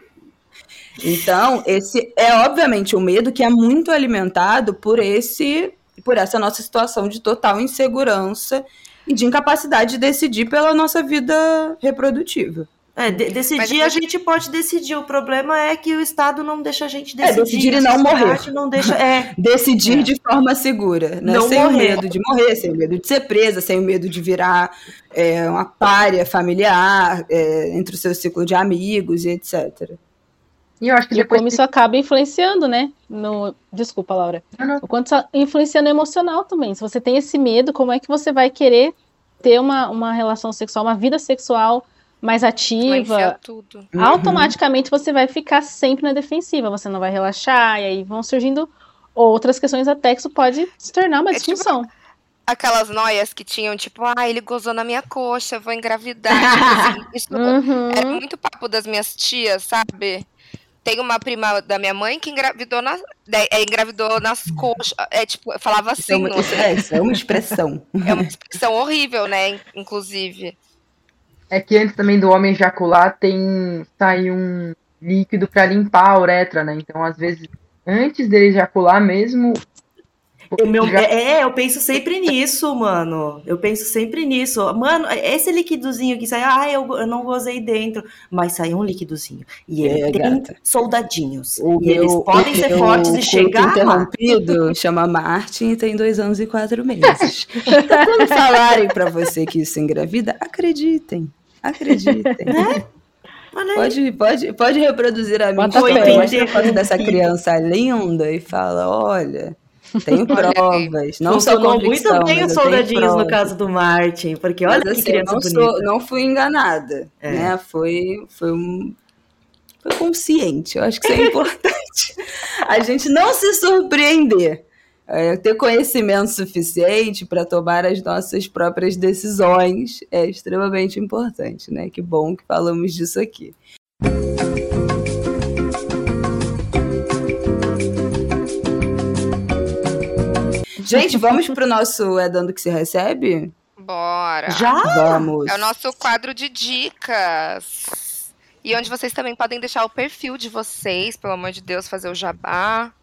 S6: Então, esse é obviamente um medo que é muito alimentado por esse, por essa nossa situação de total insegurança e de incapacidade de decidir pela nossa vida reprodutiva.
S2: É, de- decidir
S1: Mas-
S2: a gente pode decidir. O problema é que o Estado não deixa a gente
S6: É,
S2: decidir.
S6: decidir e
S2: a
S6: não
S2: sociedade
S6: morrer.
S2: Não deixa, é,
S6: Decidir
S2: É.
S6: de forma segura, né?
S2: Não
S6: sem o
S2: morrer.
S6: medo de morrer, sem o medo de ser presa, sem o medo de virar é, uma pária familiar é, entre o seu ciclo de amigos e etcétera.
S4: E eu acho que
S5: E
S4: depois
S5: como isso acaba influenciando, né? No... Desculpa, Laura.
S4: Não, não.
S5: O quanto isso influencia no emocional também. Se você tem esse medo, como é que você vai querer ter uma, uma relação sexual, uma vida sexual mais
S1: Influencia
S5: ativa?
S1: tudo.
S6: Uhum.
S5: Automaticamente você vai ficar sempre na defensiva, você não vai relaxar, e aí vão surgindo outras questões até que isso pode se tornar uma
S1: É tipo-
S5: disfunção.
S1: Aquelas noias que tinham, tipo, ah, ele gozou na minha coxa, eu vou engravidar. Tipo assim, isso
S5: Uhum.
S1: é muito papo das minhas tias, sabe? Tem uma prima da minha mãe que engravidou, na, de- é, engravidou nas coxas. É tipo, eu falava
S6: Isso é,
S1: assim,
S6: uma,
S1: não
S6: isso, é, isso é uma expressão.
S1: é uma expressão horrível, né? in- Inclusive.
S4: é que antes também do homem ejacular tem sai um líquido pra limpar a uretra, né? Então, às vezes, antes dele ejacular mesmo,
S2: o meu,
S4: já-
S2: é, eu penso sempre nisso, mano. Eu penso sempre nisso. Mano, esse liquidozinho que sai, ah, eu, eu não gozei dentro, mas saiu um liquidozinho. E ele
S6: É,
S2: tem
S6: gata.
S2: soldadinhos.
S6: O
S2: e eles
S6: meu-
S2: podem
S6: o
S2: ser
S6: meu
S2: fortes e
S6: culto
S2: chegar lá.
S6: interrompido chama Martin e tem dois anos e quatro meses. Então, quando falarem pra você que isso engravida, acreditem. Acreditem.
S2: Olha aí.
S6: Pode, pode, pode reproduzir a minha
S5: Bota
S6: história.
S5: fé.
S6: Mostra a foto dessa criança linda e fala, olha, tenho provas. Não só
S2: Funcionou
S6: convicção,
S2: muito bem
S6: mas
S2: os
S6: eu tenho
S2: soldadinhos no
S6: provas.
S2: caso do Martin, porque olha
S6: Mas,
S2: que
S6: assim,
S2: criança
S6: eu não,
S2: bonita.
S6: sou, não fui enganada,
S2: É.
S6: né? Foi, foi um... Foi consciente, eu acho que isso é importante. A gente não se surpreender. É, ter conhecimento suficiente para tomar as nossas próprias decisões é extremamente importante, né? Que bom que falamos disso aqui. Gente, vamos pro nosso É Dando Que Se Recebe?
S1: Bora.
S2: Já?
S6: Vamos.
S1: É o nosso quadro de dicas. E onde vocês também podem deixar o perfil de vocês, pelo amor de Deus, fazer o jabá.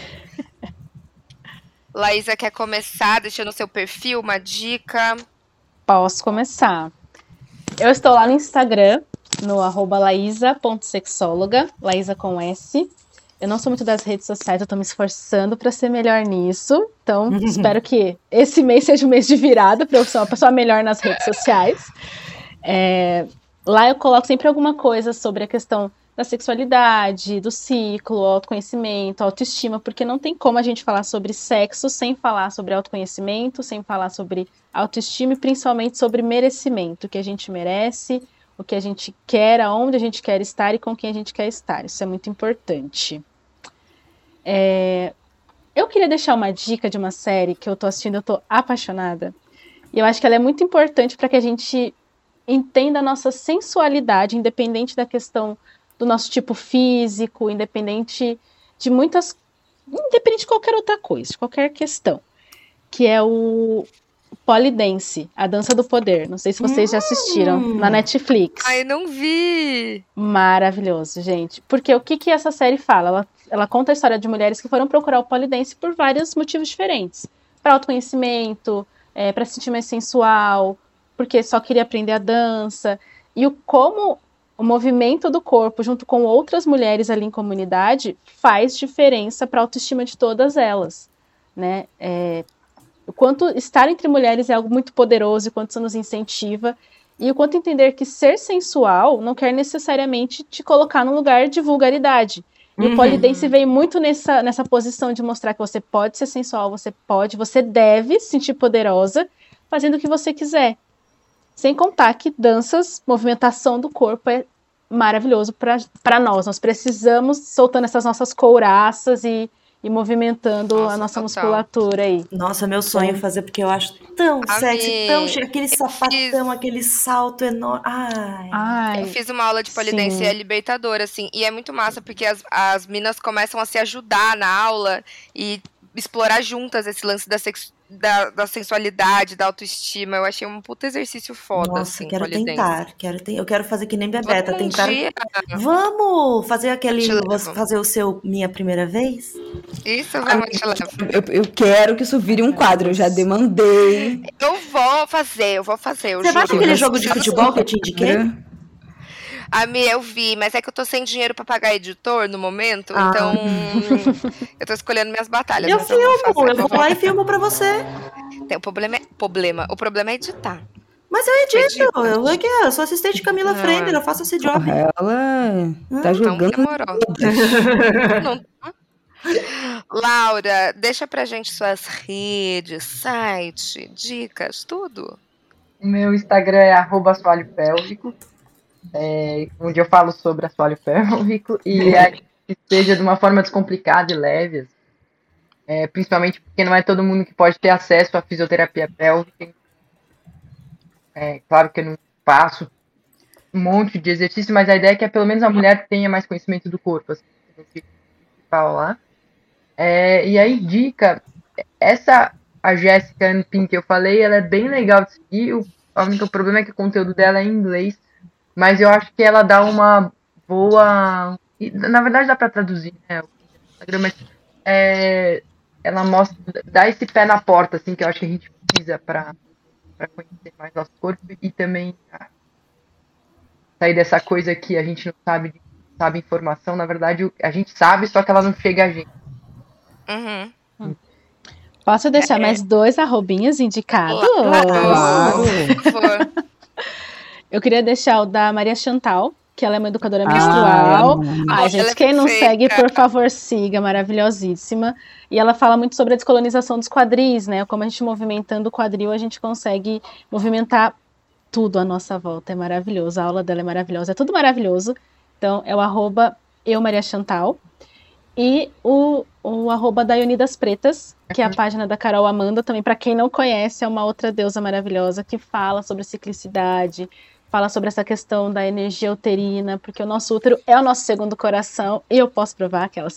S1: Laísa quer começar deixando o seu perfil, uma dica.
S5: Posso começar. Eu estou lá no Instagram, no arroba laísa ponto sexóloga, Laísa com S. Eu não sou muito das redes sociais, eu tô me esforçando para ser melhor nisso. Então, espero que esse mês seja um mês de virada para eu ser uma pessoa melhor nas redes sociais. É, lá eu coloco sempre alguma coisa sobre a questão da sexualidade, do ciclo, autoconhecimento, autoestima, porque não tem como a gente falar sobre sexo sem falar sobre autoconhecimento, sem falar sobre autoestima e principalmente sobre merecimento, o que a gente merece, o que a gente quer, aonde a gente quer estar e com quem a gente quer estar. Isso é muito importante. É, eu queria deixar uma dica de uma série que eu tô assistindo, eu tô apaixonada, e eu acho que ela é muito importante para que a gente entenda a nossa sensualidade, independente da questão do nosso tipo físico, independente de muitas, independente de qualquer outra coisa, de qualquer questão, que é o Polydance, a dança do poder. Não sei se vocês já assistiram
S2: Hum.
S5: na Netflix.
S1: Ai, não vi.
S5: Maravilhoso, gente. Porque o que, que essa série fala? Ela, ela conta a história de mulheres que foram procurar o Polydance por vários motivos diferentes. Para autoconhecimento, é, para se sentir mais sensual, porque só queria aprender a dança. E o como o movimento do corpo, junto com outras mulheres ali em comunidade, faz diferença para a autoestima de todas elas, né? É, o quanto estar entre mulheres é algo muito poderoso, e quanto isso nos incentiva. E o quanto entender que ser sensual não quer necessariamente te colocar num lugar de vulgaridade. E uhum. o Polydance vem muito nessa, nessa posição de mostrar que você pode ser sensual, você pode, você deve se sentir poderosa, fazendo o que você quiser. Sem contar que danças, movimentação do corpo é maravilhoso para nós. Nós precisamos, soltando essas nossas couraças e, e movimentando nossa, a nossa total. musculatura aí.
S2: Nossa, meu sonho é fazer, porque eu acho tão a sexy, tão cheio, aquele sapatão, fiz... aquele salto enorme. Ai.
S1: Ai, eu fiz uma aula de polidense e é libertadora, assim, e é muito massa, porque as, as minas começam a se ajudar na aula e explorar juntas esse lance da sexualidade. Da, da sensualidade, da autoestima. Eu achei um puta exercício foda.
S2: Nossa,
S1: assim,
S2: quero
S1: polidense.
S2: tentar. Quero te... Eu quero fazer que nem Bebeta.
S1: Vamos
S2: tentar...
S1: um dia.
S2: Vamos fazer aquele. Fazer o seu Minha Primeira Vez?
S1: Isso, vamos te levar.
S6: Eu, eu quero que isso vire um quadro. Eu já demandei.
S1: Eu vou fazer, eu vou fazer. Eu
S2: Você
S1: juro.
S2: vai aquele jogo de futebol que eu te indiquei?
S1: A minha eu vi, mas é que eu tô sem dinheiro pra pagar editor no momento, ah. então eu tô escolhendo minhas batalhas.
S2: Eu filmo, eu vou, eu vou lá e filmo pra você.
S1: Tem, o, problema é, problema, o problema é editar.
S2: Mas eu edito, eu, eu, eu, eu sou assistente Camila Frender, eu faço esse job.
S6: Ela tá jogando.
S1: Não, não. Laura, deixa pra gente suas redes, site, dicas, tudo.
S4: O meu Instagram é arroba assoalho pélvico. É, onde eu falo sobre assoalho pélvico e é, que seja de uma forma descomplicada e leve, é, principalmente porque não é todo mundo que pode ter acesso à fisioterapia pélvica. É, claro que eu não faço um monte de exercício, mas a ideia é que pelo menos a mulher tenha mais conhecimento do corpo, assim, que fala lá. É, e aí, dica, essa, a Jéssica Anpin que eu falei, ela é bem legal de seguir, o, o único problema é que o conteúdo dela é em inglês. Mas eu acho que ela dá uma boa... Na verdade dá para traduzir, né? Mas é... ela mostra, dá esse pé na porta, assim, que eu acho que a gente precisa para conhecer mais nosso corpo e também sair dessa coisa que a gente não sabe, sabe informação. Na verdade, a gente sabe, só que ela não chega a gente.
S1: Uhum.
S5: Hum. Posso deixar é. mais dois arrobinhos indicados?
S6: Claro!
S1: Por favor.
S5: Eu queria deixar o da Maria Chantal, que ela é uma educadora menstrual. Ai, gente, é quem não segue, por favor, siga, maravilhosíssima. E ela fala muito sobre a descolonização dos quadris, né? Como a gente movimentando o quadril, a gente consegue movimentar tudo à nossa volta. É maravilhoso, a aula dela é maravilhosa, é tudo maravilhoso. Então, é o arroba eu, Maria Chantal. E o, o arroba da Ionidas Pretas, que é a página da Carol Amanda, também, para quem não conhece, é uma outra deusa maravilhosa que fala sobre ciclicidade, fala sobre essa questão da energia uterina, porque o nosso útero é o nosso segundo coração, e eu posso provar aquelas.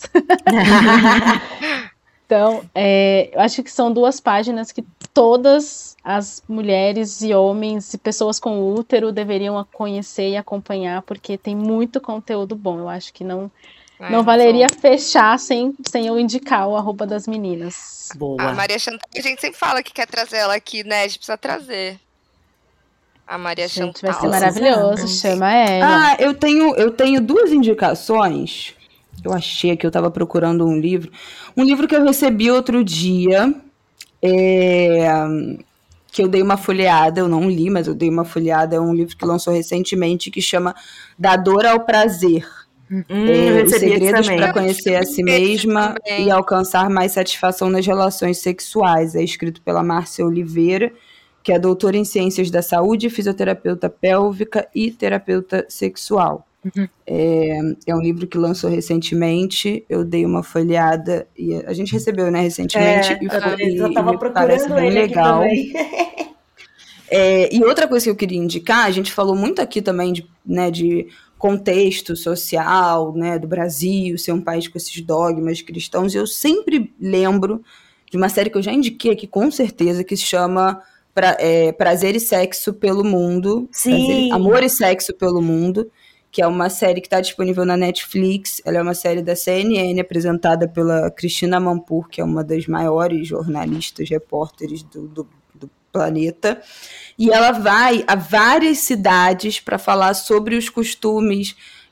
S5: Então, é, eu acho que são duas páginas que todas as mulheres e homens e pessoas com útero deveriam conhecer e acompanhar, porque tem muito conteúdo bom. Eu acho que não, é, não valeria sou... fechar sem, sem eu indicar o arroba das meninas.
S2: Boa.
S1: A Maria Chantal, a gente sempre fala que quer trazer ela aqui, né? A gente precisa trazer. A Maria
S5: Gente,
S1: Chantal.
S5: vai ser maravilhoso, chama ela.
S6: Ah, eu tenho, eu tenho duas indicações. Eu achei que eu estava procurando um livro. Um livro que eu recebi outro dia, é, que eu dei uma folheada, eu não li, mas eu dei uma folheada. É um livro que lançou recentemente, que chama Da Dor ao Prazer.
S2: Hum,
S6: é, os segredos para conhecer a si mesma e alcançar mais satisfação nas relações sexuais. É escrito pela Márcia Oliveira, que é doutora em Ciências da Saúde, fisioterapeuta pélvica e terapeuta sexual.
S2: Uhum.
S6: É, é um livro que lançou recentemente, eu dei uma folheada, e a gente recebeu, né, recentemente,
S2: é,
S6: e foi,
S2: eu tava
S6: e me parece bem legal. É, e outra coisa que eu queria indicar, a gente falou muito aqui também de, né, de contexto social, né, do Brasil, ser um país com esses dogmas cristãos, e eu sempre lembro de uma série que eu já indiquei aqui, com certeza, que se chama... Pra, é, Prazer e Sexo pelo Mundo.
S2: Sim.
S6: Prazer, Amor e Sexo pelo Mundo, que é uma série que está disponível na Netflix. Ela é uma série da C N N, apresentada pela Cristina Amanpour, que é uma das maiores jornalistas, repórteres do, do, do planeta. E ela vai a várias cidades para falar sobre os costumes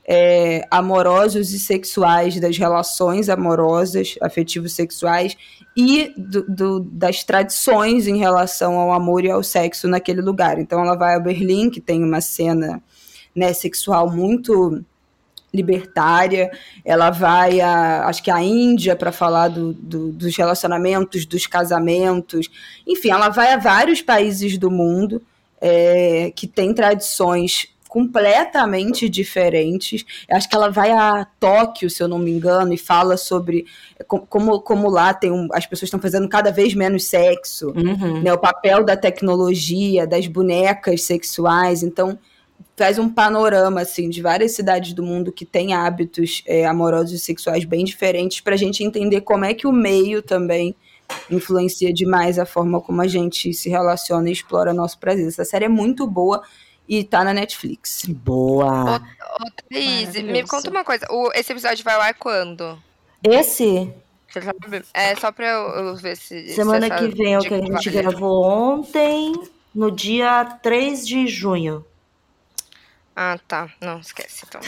S6: é, amorosos e sexuais, das relações amorosas, afetivos sexuais, e do, do, das tradições em relação ao amor e ao sexo naquele lugar. Então ela vai a Berlim, que tem uma cena, né, sexual muito libertária, ela vai a, acho que a Índia para falar do, do, dos relacionamentos, dos casamentos, enfim, ela vai a vários países do mundo é, que têm tradições completamente diferentes. Eu acho que ela vai a Tóquio, se eu não me engano, e fala sobre como, como lá tem um, as pessoas estão fazendo cada vez menos sexo, uhum. né, o papel da tecnologia, das bonecas sexuais. Então faz um panorama assim, de várias cidades do mundo que têm hábitos é, amorosos e sexuais bem diferentes, para a gente entender como é que o meio também influencia demais a forma como a gente se relaciona e explora nosso prazer. Essa série é muito boa e tá na Netflix.
S2: Boa!
S1: Ô, Thaís, me conta uma coisa, o, esse episódio vai lá quando?
S2: Esse?
S1: É só pra eu, eu ver se...
S2: Semana
S1: se
S2: que vem é o que a gente vale. Gravou ontem, no dia três de junho.
S1: Ah, tá. Não, esquece, então.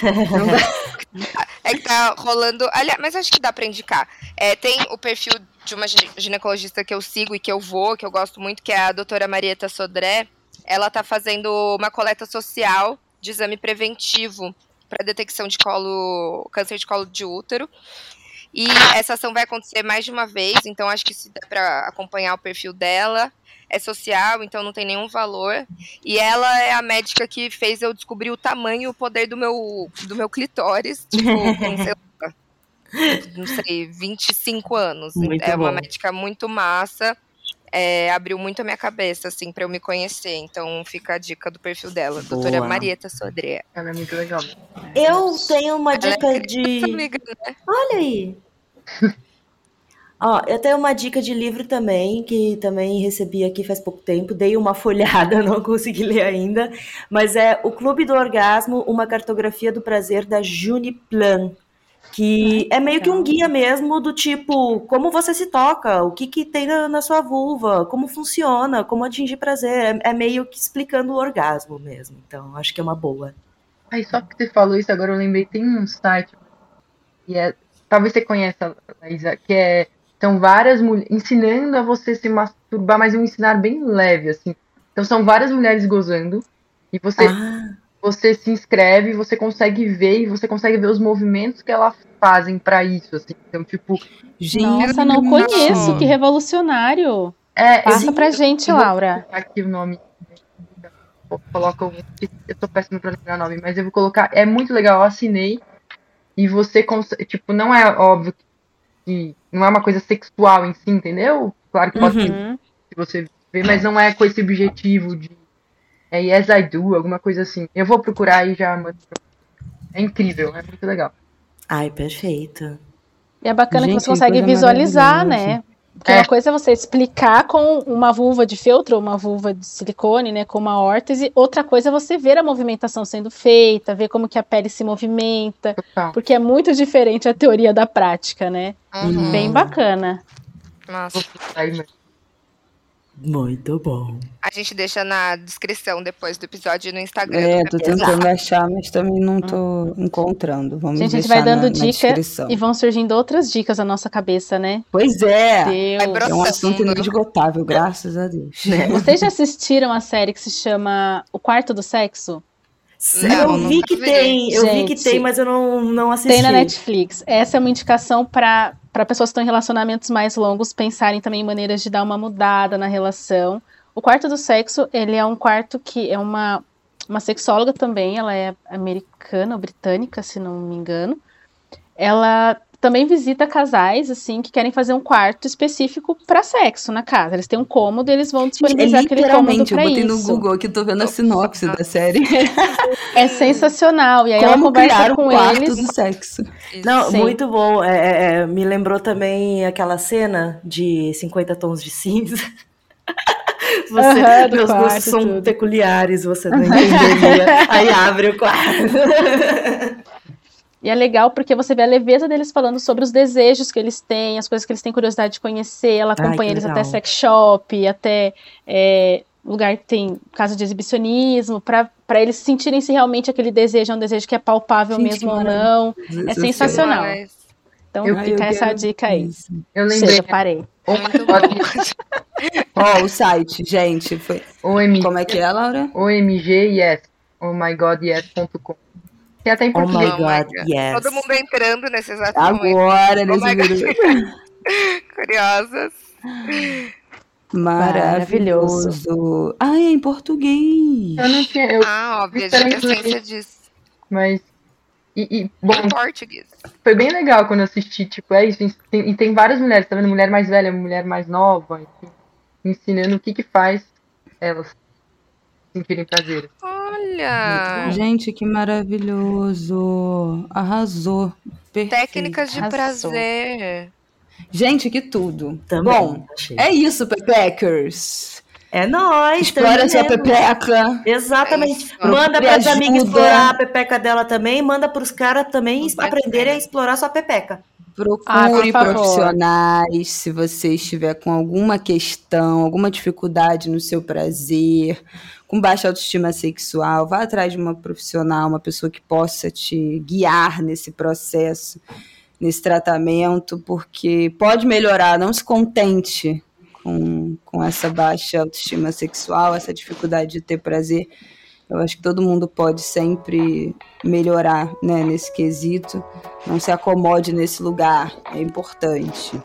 S1: É que tá rolando... Aliás, mas acho que dá pra indicar. É, tem o perfil de uma ginecologista que eu sigo e que eu vou, que eu gosto muito, que é a doutora Marieta Sodré. Ela tá fazendo uma coleta social de exame preventivo para detecção de colo, câncer de colo de útero. E essa ação vai acontecer mais de uma vez, então acho que se dá para acompanhar o perfil dela. É social, então não tem nenhum valor. E ela é a médica que fez eu descobrir o tamanho e o poder do meu, do meu clitóris, tipo, com, sei lá, não sei, vinte e cinco anos.
S2: Muito
S1: é uma
S2: bom.
S1: médica muito massa. É, abriu muito a minha cabeça, assim, pra eu me conhecer. Então fica a dica do perfil dela,
S2: Boa.
S1: doutora Marieta Sodré.
S4: Ela é muito legal.
S2: Eu tenho uma
S1: Ela
S2: dica
S1: é
S2: de...
S1: amiga, né?
S2: Olha aí! Ó, eu tenho uma dica de livro também, que também recebi aqui faz pouco tempo, dei uma folhada, não consegui ler ainda, mas é O Clube do Orgasmo, uma cartografia do prazer, da Juni Plan, que é meio que um guia mesmo do tipo, como você se toca, o que, que tem na, na sua vulva, como funciona, como atingir prazer, é, é meio que explicando o orgasmo mesmo, então acho que é uma boa.
S4: Aí só que você falou isso, agora eu lembrei, tem um site, que é, talvez você conheça, Laísa, que é são várias mulheres ensinando a você se masturbar, mas um ensinar bem leve, assim. Então são várias mulheres gozando e você,
S2: Ah.
S4: você se inscreve, você consegue ver e você consegue ver os movimentos que elas fazem pra isso, assim. Então, tipo...
S5: Nossa, não conheço, que revolucionário.
S4: É,
S5: Passa
S4: eu,
S5: pra gente,
S4: eu vou
S5: Laura.
S4: colocar aqui o nome. Coloca, eu tô péssimo pra lembrar o nome, mas eu vou colocar... É muito legal, eu assinei e você consegue... Tipo, não é óbvio que que não é uma coisa sexual em si, entendeu? Claro que pode
S5: Uhum.
S4: ser, se você ver, mas não é com esse objetivo de é yes I do, alguma coisa assim. Eu vou procurar e já mando pra você. É incrível, é muito legal.
S2: Ai, perfeito.
S5: E é bacana
S6: Gente,
S5: que você consegue
S6: coisa
S5: visualizar,
S6: maravilhosa.
S5: né? Porque
S4: É.
S5: uma coisa é você explicar com uma vulva de feltro, uma vulva de silicone, né, com uma órtese. Outra coisa é você ver a movimentação sendo feita, ver como que a pele se movimenta.
S4: Total.
S5: Porque é muito diferente a teoria da prática, né?
S1: Uhum.
S5: Bem bacana.
S1: Nossa.
S4: Vou procurar aí, mas...
S2: Muito bom.
S1: A gente deixa na descrição depois do episódio no Instagram.
S6: É,
S1: do
S6: tô
S1: Bebê.
S6: tentando achar, mas também não tô encontrando. Vamos
S5: Gente, a gente
S6: deixar
S5: vai dando
S6: na, na
S5: dica
S6: descrição.
S5: e vão surgindo outras dicas na nossa cabeça, né?
S6: Pois é,
S5: Deus.
S1: Vai
S6: é um assunto
S1: brotando.
S6: inesgotável, graças a Deus.
S5: Vocês já assistiram a série que se chama O Quarto do Sexo?
S1: Não,
S2: eu vi
S1: nunca
S2: que
S1: vi.
S2: tem, eu vi que
S5: Gente,
S2: tem, mas eu não, não assisti.
S5: Tem na Netflix. Essa é uma indicação para pessoas que estão em relacionamentos mais longos pensarem também em maneiras de dar uma mudada na relação. O Quarto do Sexo, ele é um quarto que é uma, uma sexóloga também, ela é americana ou britânica, se não me engano. Ela também visita casais, assim, que querem fazer um quarto específico para sexo na casa. Eles têm um cômodo e eles vão disponibilizar aquele cômodo
S6: Literalmente, eu
S5: para
S6: botei no
S5: isso.
S6: Google que tô vendo a sinopse da série.
S5: É sensacional. E aí ela
S6: Como
S5: conversa
S6: criar um
S5: com
S6: quarto
S5: eles.
S6: do sexo.
S2: Não,
S5: Sim.
S2: muito bom. É, é, é, me lembrou também aquela cena de cinquenta tons de cinza. Você,
S5: Aham, do
S2: meus
S5: quarto,
S2: gostos são
S5: tudo.
S2: peculiares, você não entenderia. Aí abre o quarto.
S5: E é legal porque você vê a leveza deles falando sobre os desejos que eles têm, as coisas que eles têm curiosidade de conhecer. Ela
S2: Ai,
S5: acompanha
S2: que
S5: eles
S2: legal.
S5: até sex shop, até é, lugar que tem casa de exibicionismo, para para eles sentirem se realmente aquele desejo é um desejo que é palpável
S6: Gente,
S5: mesmo ou
S6: maravilha.
S5: não. É sensacional.
S1: Mas
S5: Então
S4: Eu
S5: fica essa
S6: quero
S5: dica aí.
S6: isso.
S4: Eu lembrei.
S5: Chega, parei.
S4: Oh my
S1: muito
S4: God,
S1: bom.
S6: Ó, o site, gente. Foi...
S4: O M G,
S6: Como é que é, Laura?
S4: O M G Yes. Oh my God Yes ponto com. Tem até em
S2: Oh my
S4: português.
S1: Oh my
S2: God,
S1: God.
S2: yes.
S1: Todo mundo entrando nesse exato momento.
S6: Agora,
S1: Oh
S6: nesse
S1: my God.
S6: vídeo.
S1: Curiosas.
S6: Maravilhoso. Ah, é em português.
S4: Eu não tinha. Eu
S1: Ah, óbvio, a
S4: Isso era
S1: gente tem
S4: inglês.
S1: ciência disso.
S4: Mas. E, e, bom,
S1: Em português.
S4: foi bem legal quando eu assisti, tipo, é isso. Tem, e tem várias mulheres, tá vendo? Mulher mais velha, mulher mais nova, enfim, ensinando o que que faz elas sentirem prazer.
S1: Olha.
S6: Gente, que maravilhoso. Arrasou. Perfeito.
S1: Técnicas de
S5: Arrasou.
S1: prazer.
S6: Gente, que tudo.
S2: Também,
S6: Bom,
S2: achei.
S6: é isso, Pepeckers.
S2: É nóis.
S6: Explora sua
S2: terminemos.
S6: pepeca.
S2: Exatamente.
S1: É isso.
S2: Manda
S6: Procure
S2: pras amigas
S6: ajuda.
S2: explorar a pepeca dela também. Manda pros caras também
S1: Vai
S2: aprenderem
S1: ser.
S2: a explorar sua pepeca.
S5: Ah, por
S6: Procure
S5: favor.
S6: profissionais se você estiver com alguma questão, alguma dificuldade no seu prazer, com baixa autoestima sexual. Vá atrás de uma profissional, uma pessoa que possa te guiar nesse processo, nesse tratamento, porque pode melhorar. Não se contente com, com essa baixa autoestima sexual, essa dificuldade de ter prazer. Eu acho que todo mundo pode sempre melhorar, né, nesse quesito. Não se acomode nesse lugar, é importante.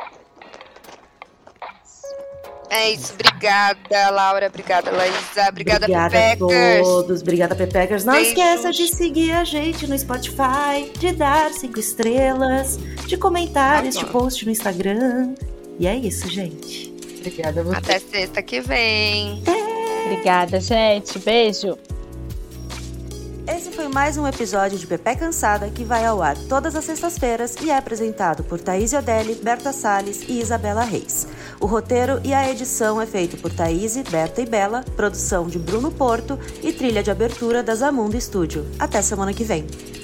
S1: É isso. Obrigada, Laura. Obrigada, Laísa. Obrigada,
S2: Obrigada a
S1: Pepeckers.
S2: todos. Obrigada, Pepeckers. Não
S1: Beijos.
S2: esqueça de seguir a gente no Spotify, de dar cinco estrelas, de comentar
S1: Tá
S2: este
S1: bom.
S2: post no Instagram. E é isso, gente.
S4: Obrigada a você.
S1: Até sexta que vem.
S5: Obrigada, gente. Beijo.
S2: Esse foi mais um episódio de Pepe Cansada, que vai ao ar todas as sextas-feiras e é apresentado por Thaís Odelli, Berta Salles e Isabela Reis. O roteiro e a edição é feito por Thaís, Berta e Bela, produção de Bruno Porto e trilha de abertura da Zamundo Studio. Até semana que vem.